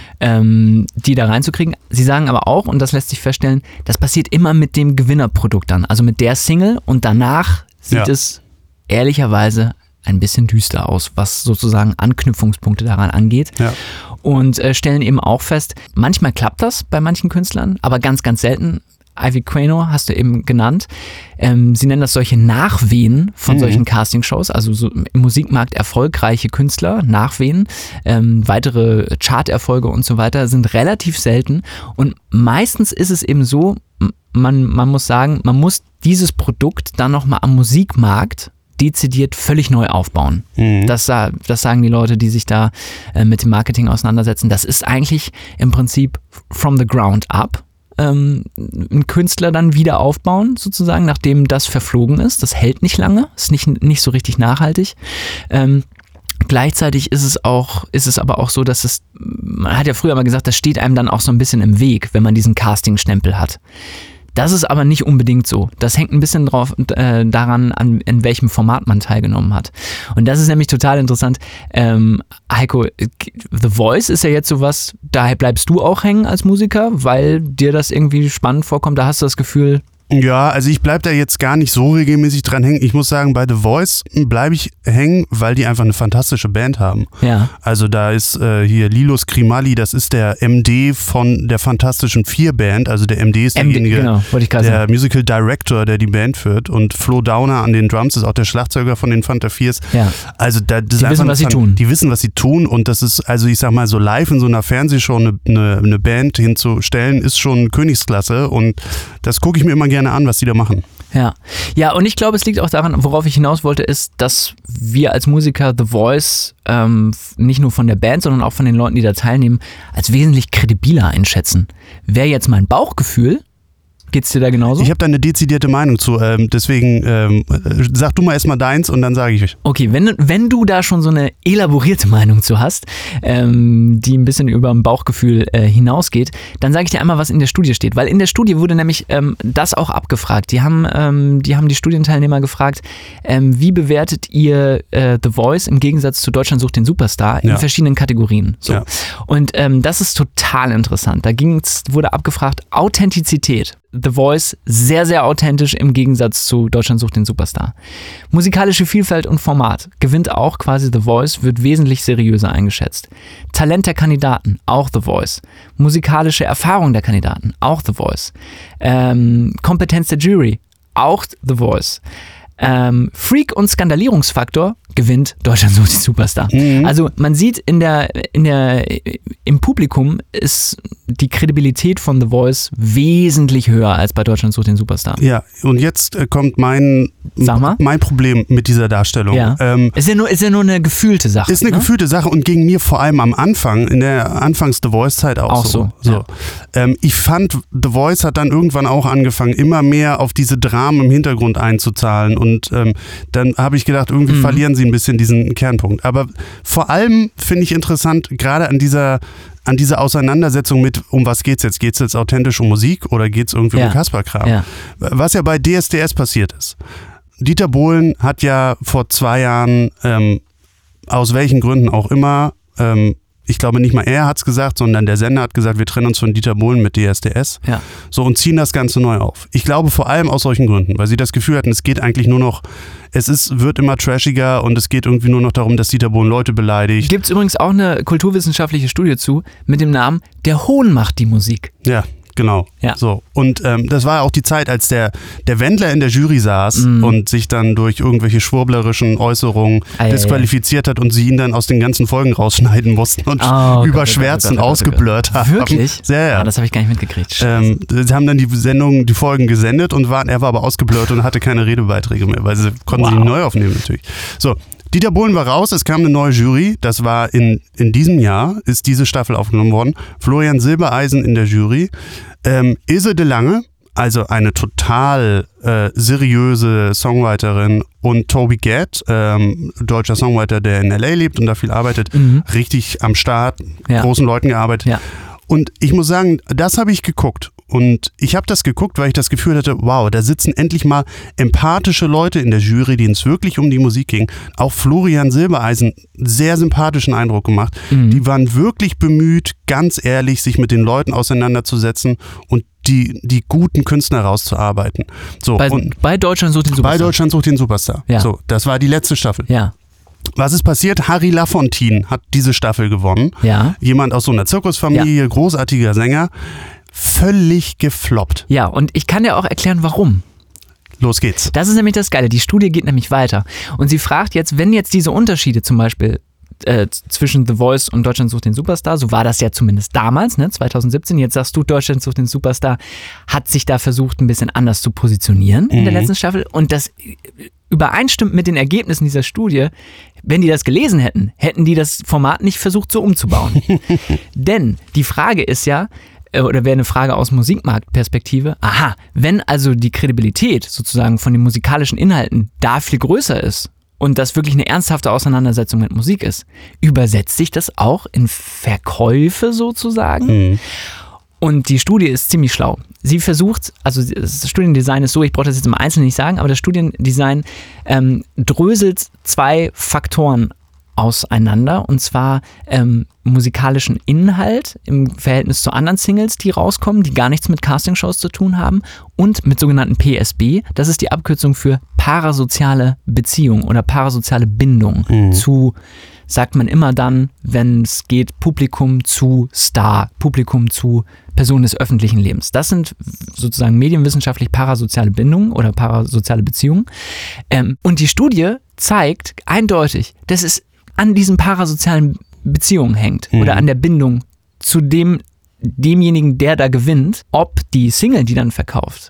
ähm, die da reinzukriegen. Sie sagen aber auch, und das lässt sich feststellen, das passiert immer mit dem Gewinnerprodukt dann, also mit der Single und danach sieht ja. es ehrlicherweise ein bisschen düster aus, was sozusagen Anknüpfungspunkte daran angeht. Ja. Und äh, stellen eben auch fest, manchmal klappt das bei manchen Künstlern, aber ganz, ganz selten. Ivy Quaino hast du eben genannt. Ähm, sie nennen das solche Nachwehen von mhm. solchen Castingshows, also so im Musikmarkt erfolgreiche Künstler, Nachwehen, ähm, weitere Charterfolge und so weiter sind relativ selten. Und meistens ist es eben so, man, man muss sagen, man muss dieses Produkt dann nochmal am Musikmarkt dezidiert völlig neu aufbauen. Mhm. Das, das sagen die Leute, die sich da äh, mit dem Marketing auseinandersetzen. Das ist eigentlich im Prinzip from the ground up. Ähm, einen Künstler dann wieder aufbauen, sozusagen, nachdem das verflogen ist. Das hält nicht lange, ist nicht, nicht so richtig nachhaltig. Ähm, Gleichzeitig ist es auch, ist es aber auch so, dass es, man hat ja früher mal gesagt, das steht einem dann auch so ein bisschen im Weg, wenn man diesen Casting-Stempel hat. Das ist aber nicht unbedingt so. Das hängt ein bisschen drauf, äh, daran, an, in welchem Format man teilgenommen hat. Und das ist nämlich total interessant. Ähm, Heiko, The Voice ist ja jetzt sowas, da bleibst du auch hängen als Musiker, weil dir das irgendwie spannend vorkommt. Da hast du das Gefühl... Ja, also ich bleibe da jetzt gar nicht so regelmäßig dran hängen. Ich muss sagen, bei The Voice bleibe ich hängen, weil die einfach eine fantastische Band haben. Ja. Also da ist äh, hier Lilo Scrimalli, das ist der M D von der Fantastischen Vier Band. Also der M D ist derjenige, M D, genau, wollte ich gerade der sagen. Musical Director, der die Band führt. Und Flo Downer an den Drums ist auch der Schlagzeuger von den Fanta Viers. Ja. Also da, das die ist wissen, was sie Fan- tun. Die wissen, was sie tun. Und das ist, also ich sag mal, so live in so einer Fernsehshow eine, eine, eine Band hinzustellen, ist schon Königsklasse. Und das gucke ich mir immer gerne an, was die da machen. Ja. Ja, und ich glaube, es liegt auch daran, worauf ich hinaus wollte, ist, dass wir als Musiker The Voice ähm, nicht nur von der Band, sondern auch von den Leuten, die da teilnehmen, als wesentlich kredibiler einschätzen. Wäre jetzt mein Bauchgefühl, geht's dir da genauso? Ich habe da eine dezidierte Meinung zu, ähm, deswegen ähm, sag du mal erstmal deins und dann sage ich euch. Okay, wenn, wenn du da schon so eine elaborierte Meinung zu hast, ähm, die ein bisschen über ein Bauchgefühl äh, hinausgeht, dann sage ich dir einmal, was in der Studie steht. Weil in der Studie wurde nämlich ähm, das auch abgefragt. Die haben, ähm, die haben die Studienteilnehmer gefragt, ähm, wie bewertet ihr äh, The Voice im Gegensatz zu Deutschland sucht den Superstar in ja. verschiedenen Kategorien. So. Ja. Und ähm, das ist total interessant. Da ging's, wurde abgefragt, Authentizität. The Voice sehr, sehr authentisch im Gegensatz zu Deutschland sucht den Superstar. Musikalische Vielfalt und Format gewinnt auch quasi The Voice, wird wesentlich seriöser eingeschätzt. Talent der Kandidaten, auch The Voice. Musikalische Erfahrung der Kandidaten, auch The Voice. Ähm, Kompetenz der Jury, auch The Voice. Ähm, Freak- und Skandalierungsfaktor gewinnt Deutschland sucht den Superstar. Mhm. Also man sieht in der, in der, im Publikum ist die Kredibilität von The Voice wesentlich höher als bei Deutschland sucht den Superstar. Ja, und jetzt äh, kommt mein, Sag mal. mein Problem mit dieser Darstellung. Ja. Ähm, ist, ja nur, ist ja nur eine gefühlte Sache. Ist eine ne? gefühlte Sache und ging mir vor allem am Anfang, in der Anfangs-The Voice-Zeit auch, auch so. so. so. Ja. Ähm, ich fand, The Voice hat dann irgendwann auch angefangen, immer mehr auf diese Dramen im Hintergrund einzuzahlen und ähm, dann habe ich gedacht, irgendwie mhm. verlieren sie ein bisschen diesen Kernpunkt. Aber vor allem finde ich interessant, gerade an dieser an dieser Auseinandersetzung mit, um was geht's jetzt? Geht's jetzt authentisch um Musik oder geht's irgendwie ja. um Kasperkram? Ja. Was ja bei D S D S passiert ist. Dieter Bohlen hat ja vor zwei Jahren, ähm, aus welchen Gründen auch immer, ähm, ich glaube nicht mal er hat es gesagt, sondern der Sender hat gesagt, wir trennen uns von Dieter Bohlen mit D S D S. Ja. So und ziehen das Ganze neu auf. Ich glaube vor allem aus solchen Gründen, weil sie das Gefühl hatten, es geht eigentlich nur noch, es ist, wird immer trashiger und es geht irgendwie nur noch darum, dass Dieter Bohlen Leute beleidigt. Gibt es übrigens auch eine kulturwissenschaftliche Studie zu mit dem Namen Der Hohn macht die Musik. Ja. Genau. Ja. So. Und ähm, das war auch die Zeit, als der, der Wendler in der Jury saß mm. und sich dann durch irgendwelche schwurblerischen Äußerungen ah, disqualifiziert ja, ja. hat und sie ihn dann aus den ganzen Folgen rausschneiden mussten und oh, überschwärzt und ausgeblurrt haben. Wirklich? Sehr, ja. Ah, das habe ich gar nicht mitgekriegt. Ähm, sie haben dann die Sendung, die Folgen gesendet und waren, er war aber ausgeblurrt und hatte keine Redebeiträge mehr, weil sie konnten wow. sie neu aufnehmen natürlich. So. Dieter Bohlen war raus, es kam eine neue Jury, das war in, in diesem Jahr, ist diese Staffel aufgenommen worden. Florian Silbereisen in der Jury. Ähm, Ilse de Lange, also eine total äh, seriöse Songwriterin und Toby Gad, ähm, deutscher Songwriter, der in L A lebt und da viel arbeitet, mhm. richtig am Start, ja. großen Leuten gearbeitet. Ja. Und ich muss sagen, das habe ich geguckt. Und ich habe das geguckt, weil ich das Gefühl hatte, wow, da sitzen endlich mal empathische Leute in der Jury, denen es wirklich um die Musik ging. Auch Florian Silbereisen, sehr sympathischen Eindruck gemacht. Mhm. Die waren wirklich bemüht, ganz ehrlich, sich mit den Leuten auseinanderzusetzen und die, die guten Künstler rauszuarbeiten. So, bei, und bei Deutschland sucht den Superstar. Bei Deutschland sucht den Superstar. Ja. So, das war die letzte Staffel. Ja. Was ist passiert? Harry Lafontaine hat diese Staffel gewonnen. Ja. Jemand aus so einer Zirkusfamilie, ja. großartiger Sänger. Völlig gefloppt. Ja, und ich kann dir auch erklären, warum. Los geht's. Das ist nämlich das Geile. Die Studie geht nämlich weiter. Und sie fragt jetzt, wenn jetzt diese Unterschiede zum Beispiel äh, zwischen The Voice und Deutschland sucht den Superstar, so war das ja zumindest damals, ne, zwanzig siebzehn, jetzt sagst du, Deutschland sucht den Superstar, hat sich da versucht, ein bisschen anders zu positionieren in mhm. der letzten Staffel. Und das übereinstimmt mit den Ergebnissen dieser Studie. Wenn die das gelesen hätten, hätten die das Format nicht versucht, so umzubauen. Denn die Frage ist ja, oder wäre eine Frage aus Musikmarktperspektive, aha, wenn also die Kredibilität sozusagen von den musikalischen Inhalten da viel größer ist und das wirklich eine ernsthafte Auseinandersetzung mit Musik ist, übersetzt sich das auch in Verkäufe sozusagen? Mhm. Und die Studie ist ziemlich schlau. Sie versucht, also das Studiendesign ist so, ich brauche das jetzt im Einzelnen nicht sagen, aber das Studiendesign ähm, dröselt zwei Faktoren auseinander, und zwar ähm, musikalischen Inhalt im Verhältnis zu anderen Singles, die rauskommen, die gar nichts mit Castingshows zu tun haben, und mit sogenannten P S B, das ist die Abkürzung für parasoziale Beziehung oder parasoziale Bindung mhm. zu, sagt man immer dann, wenn es geht, Publikum zu Star, Publikum zu Person des öffentlichen Lebens. Das sind sozusagen medienwissenschaftlich parasoziale Bindungen oder parasoziale Beziehungen. Ähm, und die Studie zeigt eindeutig, dass es an diesen parasozialen Beziehungen hängt mhm. oder an der Bindung zu dem demjenigen, der da gewinnt, ob die Single, die dann verkauft,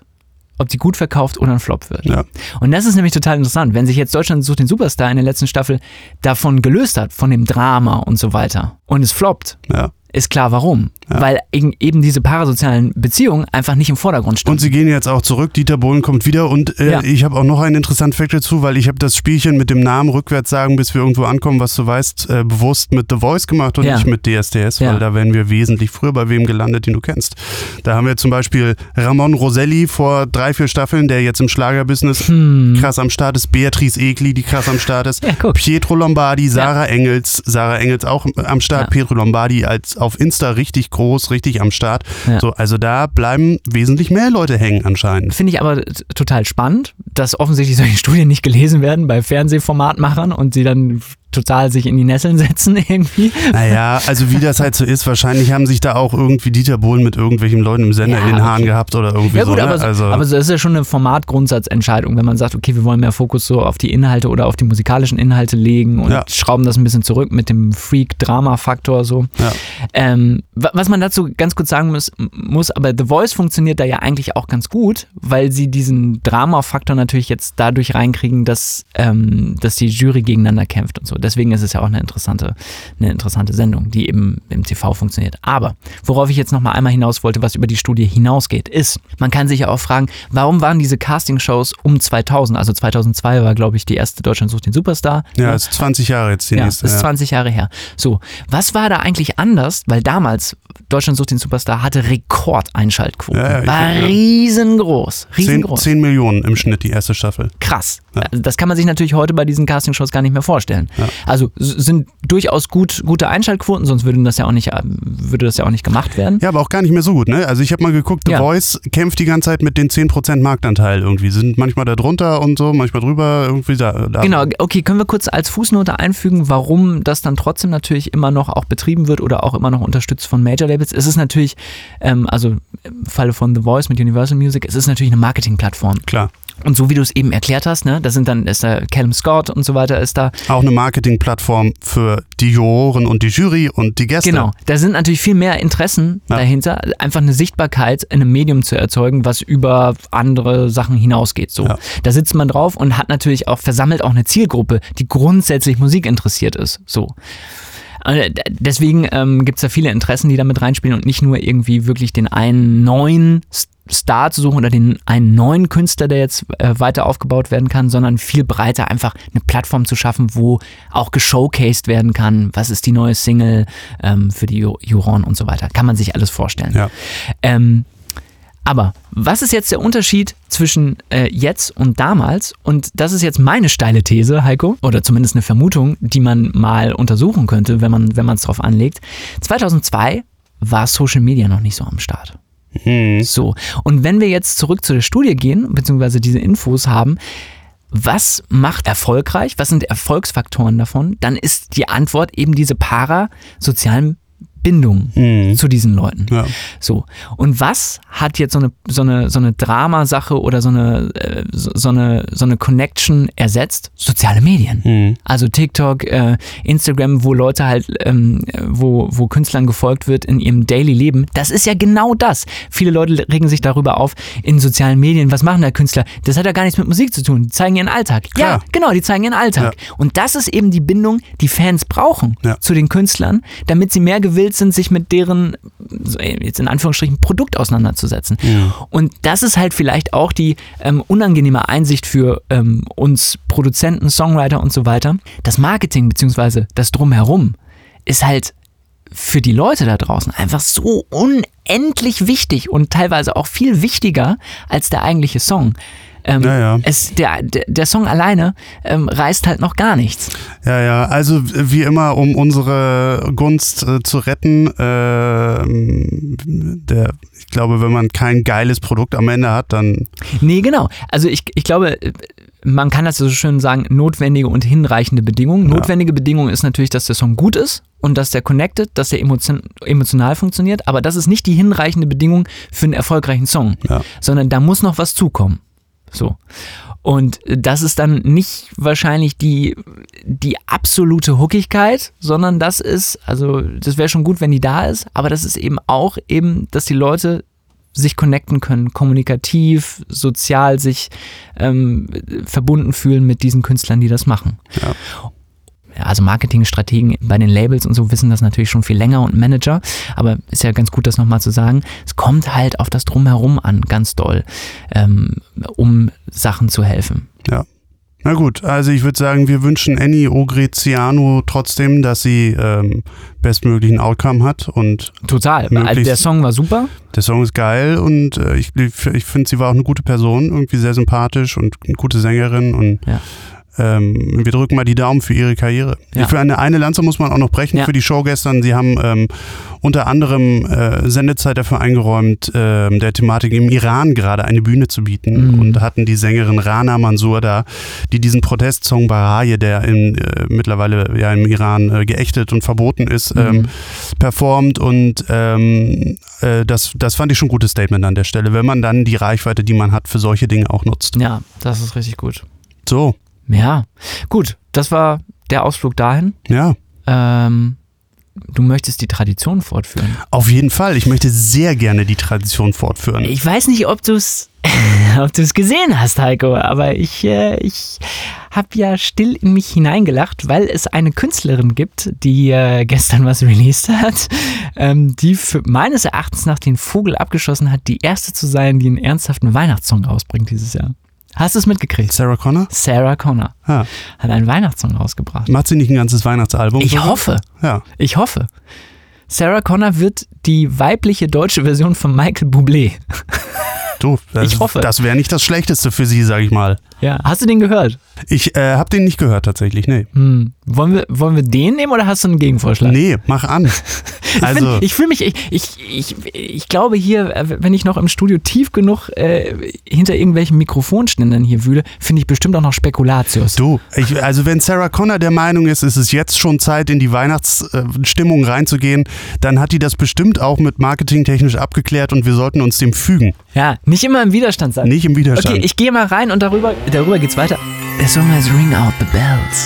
ob die gut verkauft oder ein Flop wird. Ja. Und das ist nämlich total interessant, wenn sich jetzt Deutschland sucht den Superstar in der letzten Staffel davon gelöst hat, von dem Drama und so weiter und es floppt. Ja. Ist klar, warum. Ja. Weil eben diese parasozialen Beziehungen einfach nicht im Vordergrund stehen. Und sie gehen jetzt auch zurück, Dieter Bohlen kommt wieder und äh, ja. ich habe auch noch einen interessanten Fakt dazu, weil ich habe das Spielchen mit dem Namen rückwärts sagen, bis wir irgendwo ankommen, was du weißt, äh, bewusst mit The Voice gemacht und ja. nicht mit D S D S, ja. weil da wären wir wesentlich früher bei wem gelandet, den du kennst. Da haben wir zum Beispiel Ramon Roselli vor drei, vier Staffeln, der jetzt im Schlagerbusiness hm. krass am Start ist, Beatrice Egli, die krass am Start ist, ja, Pietro Lombardi, Sarah ja. Engels, Sarah Engels auch am Start, ja. Pietro Lombardi als auf Insta richtig groß, richtig am Start. Ja. So, also da bleiben wesentlich mehr Leute hängen anscheinend. Finde ich aber t- total spannend, dass offensichtlich solche Studien nicht gelesen werden bei Fernsehformatmachern und sie dann total sich in die Nesseln setzen irgendwie. Naja, also wie das halt so ist, wahrscheinlich haben sich da auch irgendwie Dieter Bohlen mit irgendwelchen Leuten im Sender ja, in den Haaren okay. gehabt oder irgendwie ja, gut, so. Aber, ne? also, aber das ist ja schon eine Formatgrundsatzentscheidung, wenn man sagt, okay, wir wollen mehr Fokus so auf die Inhalte oder auf die musikalischen Inhalte legen und ja. schrauben das ein bisschen zurück mit dem Freak-Drama-Faktor so. Ja. Ähm, was man dazu ganz kurz sagen muss, muss, aber The Voice funktioniert da ja eigentlich auch ganz gut, weil sie diesen Drama-Faktor natürlich jetzt dadurch reinkriegen, dass, ähm, dass die Jury gegeneinander kämpft und so. Deswegen ist es ja auch eine interessante, eine interessante Sendung, die eben im T V funktioniert. Aber worauf ich jetzt noch mal einmal hinaus wollte, was über die Studie hinausgeht, ist, man kann sich ja auch fragen, warum waren diese Castingshows um zweitausend, also zweitausendzwei war, glaube ich, die erste Deutschland sucht den Superstar. Ja, ja. ist zwanzig Jahre jetzt die ja, nächste. ist zwanzig Jahre her. So, was war da eigentlich anders? Weil damals Deutschland sucht den Superstar hatte Rekordeinschaltquoten. Ja, ja, war ja. riesengroß. riesengroß. zehn Millionen im Schnitt die erste Staffel. Krass. Ja. Das kann man sich natürlich heute bei diesen Castingshows gar nicht mehr vorstellen. Ja. Also sind durchaus gut, gute Einschaltquoten, sonst würde das ja auch nicht, würde das ja auch nicht gemacht werden. Ja, aber auch gar nicht mehr so gut, ne? Also ich habe mal geguckt, The ja. Voice kämpft die ganze Zeit mit den zehn Prozent Marktanteil irgendwie. Sind manchmal da drunter und so, manchmal drüber, irgendwie da. da. Genau, okay, können wir kurz als Fußnote einfügen, warum das dann trotzdem natürlich immer noch auch betrieben wird oder auch immer noch unterstützt von Major Labels. Es ist natürlich, ähm, also im Falle von The Voice mit Universal Music, es ist natürlich eine Marketingplattform. Klar. Und so wie du es eben erklärt hast, ne, da sind dann, ist da Callum Scott und so weiter, ist da. Auch eine Marketingplattform für die Juroren und die Jury und die Gäste. Genau, da sind natürlich viel mehr Interessen ja. dahinter, einfach eine Sichtbarkeit in einem Medium zu erzeugen, was über andere Sachen hinausgeht. So. Ja. Da sitzt man drauf und hat natürlich auch, versammelt auch eine Zielgruppe, die grundsätzlich Musik interessiert ist. So. Deswegen ähm, gibt es da viele Interessen, die da mit reinspielen und nicht nur irgendwie wirklich den einen neuen Star zu suchen oder den einen neuen Künstler, der jetzt äh, weiter aufgebaut werden kann, sondern viel breiter einfach eine Plattform zu schaffen, wo auch geshowcased werden kann, was ist die neue Single ähm, für die Ju- Juroren und so weiter. Kann man sich alles vorstellen. Ja. Ähm, aber was ist jetzt der Unterschied zwischen äh, jetzt und damals? Und das ist jetzt meine steile These, Heiko, oder zumindest eine Vermutung, die man mal untersuchen könnte, wenn man wenn man es drauf anlegt. zweitausendzwei war Social Media noch nicht so am Start. Hm. So, und wenn wir jetzt zurück zu der Studie gehen, beziehungsweise diese Infos haben, was macht erfolgreich, was sind Erfolgsfaktoren davon, dann ist die Antwort eben diese parasozialen Bindung mhm. zu diesen Leuten. Ja. So. Und was hat jetzt so eine, so eine, so eine Dramasache oder so eine, äh, so, so eine, so eine Connection ersetzt? Soziale Medien. Mhm. Also TikTok, äh, Instagram, wo Leute halt, ähm, wo, wo Künstlern gefolgt wird in ihrem Daily Leben. Das ist ja genau das. Viele Leute regen sich darüber auf in sozialen Medien. Was machen da Künstler? Das hat ja gar nichts mit Musik zu tun. Die zeigen ihren Alltag. Klar. Ja, genau, die zeigen ihren Alltag. Ja. Und das ist eben die Bindung, die Fans brauchen ja. zu den Künstlern, damit sie mehr gewillt sind, sich mit deren, jetzt in Anführungsstrichen, Produkt auseinanderzusetzen. Ja. Und das ist halt vielleicht auch die ähm, unangenehme Einsicht für ähm, uns Produzenten, Songwriter und so weiter. Das Marketing bzw. das Drumherum ist halt für die Leute da draußen einfach so unendlich wichtig und teilweise auch viel wichtiger als der eigentliche Song. Ähm, ja, ja. Es, der, der, der Song alleine ähm, reißt halt noch gar nichts. Ja, ja, also wie immer, um unsere Gunst äh, zu retten, äh, der, ich glaube, wenn man kein geiles Produkt am Ende hat, dann... Nee, genau. Also ich, ich glaube, man kann das so schön sagen, notwendige und hinreichende Bedingungen. Ja. Notwendige Bedingung ist natürlich, dass der Song gut ist und dass der connected, dass der emotion, emotional funktioniert, aber das ist nicht die hinreichende Bedingung für einen erfolgreichen Song, ja. sondern da muss noch was zukommen. So. Und das ist dann nicht wahrscheinlich die, die absolute Hookigkeit, sondern das ist, also das wäre schon gut, wenn die da ist, aber das ist eben auch eben, dass die Leute sich connecten können, kommunikativ, sozial sich ähm, verbunden fühlen mit diesen Künstlern, die das machen. Ja. Also Marketingstrategen bei den Labels und so wissen das natürlich schon viel länger und Manager, aber ist ja ganz gut, das nochmal zu sagen. Es kommt halt auf das Drumherum an, ganz doll, ähm, um Sachen zu helfen. Ja. Na gut, also ich würde sagen, wir wünschen Annie Ogreziano trotzdem, dass sie ähm, bestmöglichen Outcome hat und total. Also der Song war super. Der Song ist geil und äh, ich, ich finde, sie war auch eine gute Person, irgendwie sehr sympathisch und eine gute Sängerin und ja. Ähm, wir drücken mal die Daumen für ihre Karriere. Ja. Für eine, eine Lanze muss man auch noch brechen ja. für die Show gestern. Sie haben ähm, unter anderem äh, Sendezeit dafür eingeräumt, äh, der Thematik im Iran gerade eine Bühne zu bieten mhm. und hatten die Sängerin Rana Mansour da, die diesen Protestsong Baraye, der in, äh, mittlerweile ja im Iran äh, geächtet und verboten ist, ähm, mhm. performt und ähm, äh, das, das fand ich schon ein gutes Statement an der Stelle, wenn man dann die Reichweite, die man hat, für solche Dinge auch nutzt. Ja, das ist richtig gut. So. Ja, gut, das war der Ausflug dahin. Ja. Ähm, du möchtest die Tradition fortführen. Auf jeden Fall, ich möchte sehr gerne die Tradition fortführen. Ich weiß nicht, ob du es ob du es gesehen hast, Heiko, aber ich, äh, ich habe ja still in mich hineingelacht, weil es eine Künstlerin gibt, die äh, gestern was released hat, ähm, die für meines Erachtens nach den Vogel abgeschossen hat, die erste zu sein, die einen ernsthaften Weihnachtssong rausbringt dieses Jahr. Hast du es mitgekriegt? Sarah Connor? Sarah Connor ja. hat einen Weihnachtssong rausgebracht. Macht sie nicht ein ganzes Weihnachtsalbum? Ich oder? hoffe. Ja. Ich hoffe. Sarah Connor wird die weibliche deutsche Version von Michael Bublé. Du, das, ich hoffe. Das wäre nicht das Schlechteste für sie, sag ich mal. Ja. Hast du den gehört? Ich äh, habe den nicht gehört tatsächlich, nee. Hm. Wollen wir, wollen wir den nehmen oder hast du einen Gegenvorschlag? Nee, mach an. Also. Ich, ich fühle mich, ich, ich, ich, ich glaube hier, wenn ich noch im Studio tief genug äh, hinter irgendwelchen Mikrofonständern hier wühle, finde ich bestimmt auch noch Spekulatius. Du, ich, also wenn Sarah Connor der Meinung ist, ist es jetzt schon Zeit, in die Weihnachtsstimmung reinzugehen, dann hat die das bestimmt auch mit marketingtechnisch abgeklärt und wir sollten uns dem fügen. Ja, nicht immer im Widerstand sein. Nicht im Widerstand. Okay, ich gehe mal rein und darüber, darüber geht's weiter. Der Song heißt Ring Out the Bells.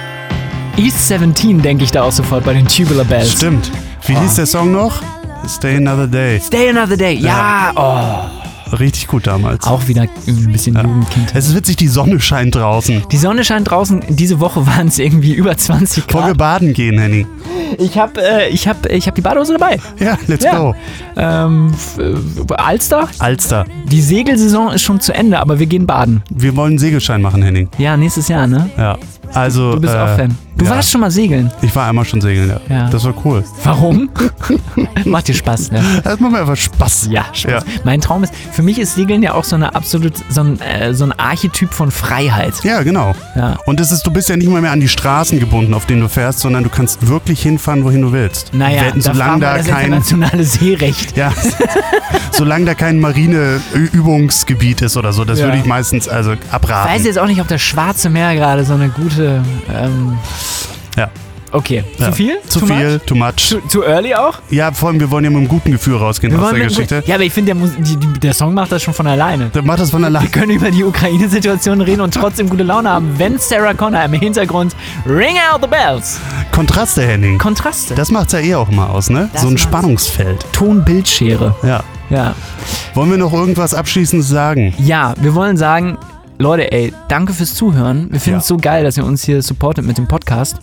East siebzehn denke ich da auch sofort bei den Tubular Bells. Stimmt. Wie oh. hieß der Song noch? Stay Another Day. Stay Another Day, ja. ja. Oh. Richtig gut damals. Auch wieder ein bisschen ja. Jugendkind. Es ist witzig, die Sonne scheint draußen. Die Sonne scheint draußen. Diese Woche waren es irgendwie über zwanzig Grad. Bevor wir baden gehen, Henning. Ich habe äh, ich hab, ich hab die Badehose dabei. Ja, let's ja. go. Ähm, f- Alster? Alster. Die Segelsaison ist schon zu Ende, aber wir gehen baden. Wir wollen einen Segelschein machen, Henning. Ja, nächstes Jahr, ne? Ja. Also, du bist äh, auch Fan. Du ja. warst schon mal segeln. Ich war einmal schon segeln, ja. ja. Das war cool. Warum? Macht dir Spaß, ne? Das macht mir einfach Spaß. Ja, Spaß. Ja. Mein Traum ist, für mich ist Segeln ja auch so eine absolut, so ein, äh, so ein Archetyp von Freiheit. Ja, genau. Ja. Und das ist, du bist ja nicht mal mehr an die Straßen gebunden, auf denen du fährst, sondern du kannst wirklich hinfahren, wohin du willst. Naja, Wenn, da solange da das kein internationale Seerecht. Ja, solange da kein Marineübungsgebiet ist oder so, das ja. würde ich meistens also abraten. Ich weiß jetzt auch nicht, ob das Schwarze Meer gerade so eine gute... Ähm, ja. Okay, ja. zu viel? Zu too viel, much? too much. Zu, zu early auch? Ja, vor allem, wir wollen ja mit einem guten Gefühl rausgehen wir aus der mit, Geschichte. Ja, aber ich finde, der, die, die, der Song macht das schon von alleine. Der macht das von alleine. Wir können über die Ukraine-Situation reden und trotzdem gute Laune haben, wenn Sarah Connor im Hintergrund Ring Out the Bells. Kontraste, Henning. Kontraste. Das macht's ja eh auch mal aus, ne? Das so ein Spannungsfeld. Ton-Bildschere. Ja. Ja. Wollen wir noch irgendwas Abschließendes sagen? Ja, wir wollen sagen, Leute, ey, danke fürs Zuhören. Wir finden es ja. so geil, dass ihr uns hier supportet mit dem Podcast.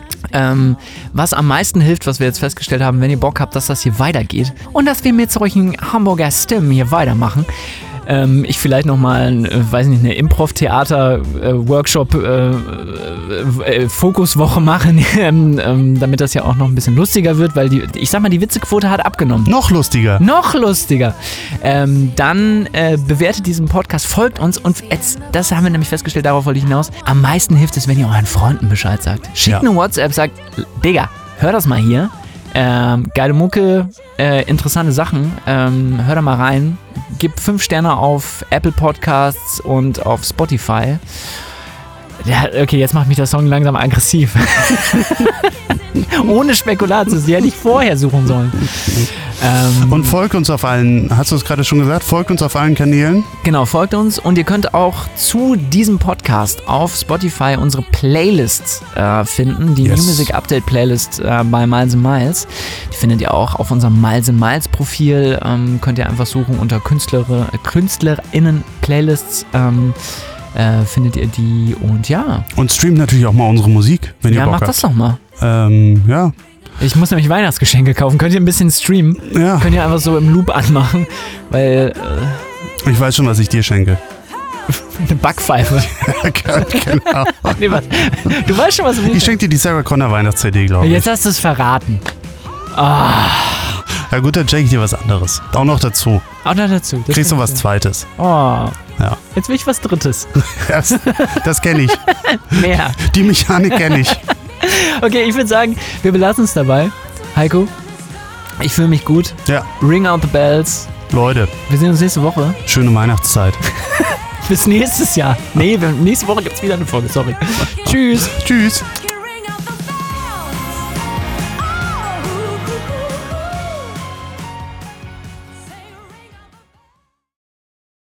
Ähm, was am meisten hilft, was wir jetzt festgestellt haben, wenn ihr Bock habt, dass das hier weitergeht und dass wir mit solchen Hamburger Stimmen hier weitermachen. Ähm, ich vielleicht nochmal, äh, weiß nicht, eine Improv-Theater-Workshop, äh, äh, äh, Fokuswoche machen, ähm, ähm, damit das ja auch noch ein bisschen lustiger wird, weil die, ich sag mal, die Witzequote hat abgenommen. Noch lustiger. Noch lustiger. Ähm, dann äh, bewertet diesen Podcast, folgt uns und jetzt, das haben wir nämlich festgestellt, darauf wollte ich hinaus, am meisten hilft es, wenn ihr euren Freunden Bescheid sagt. Schickt ja. eine WhatsApp, sagt, Digga, hör das mal hier. Ähm, geile Mucke, äh, interessante Sachen. Ähm, hör da mal rein. Gib fünf Sterne auf Apple Podcasts und auf Spotify. Ja, okay, jetzt macht mich der Song langsam aggressiv. Ohne Spekulatius, die hätte ich vorher suchen sollen. Ähm, und folgt uns auf allen, hast du es gerade schon gesagt, folgt uns auf allen Kanälen. Genau, folgt uns und ihr könnt auch zu diesem Podcast auf Spotify unsere Playlists äh, finden, die Yes. New Music Update Playlist äh, bei Miles and Miles. Die findet ihr auch auf unserem Miles and Miles Profil, ähm, könnt ihr einfach suchen unter Künstler, KünstlerInnen Playlists, ähm, äh, findet ihr die und ja. Und streamt natürlich auch mal unsere Musik, wenn ihr Ja, Bock macht habt. das doch mal. Ähm, ja. Ich muss nämlich Weihnachtsgeschenke kaufen. Könnt ihr ein bisschen streamen? Ja. Könnt ihr einfach so im Loop anmachen, weil äh, Ich weiß schon, was ich dir schenke. eine Backpfeife. Genau. Nee, was? Du weißt schon, was du Ich willst. schenke dir die Sarah Connor Weihnachts-C D, glaube ich. Jetzt hast du es verraten. Ah, Ja gut, dann schenke ich dir was anderes. Auch noch dazu. auch noch dazu. Das Kriegst du kann was ich Zweites. sehen. Oh, Ja. jetzt will ich was Drittes. Das, das kenne ich. Mehr. Die Mechanik kenne ich. Okay, ich würde sagen, wir belassen es dabei. Heiko, ich fühle mich gut. Ja, Ring out the bells. Leute, Wir sehen uns nächste Woche. schöne Weihnachtszeit. Bis nächstes Jahr. Nee, wir, nächste Woche gibt es wieder eine Folge, sorry. Tschüss. Tschüss.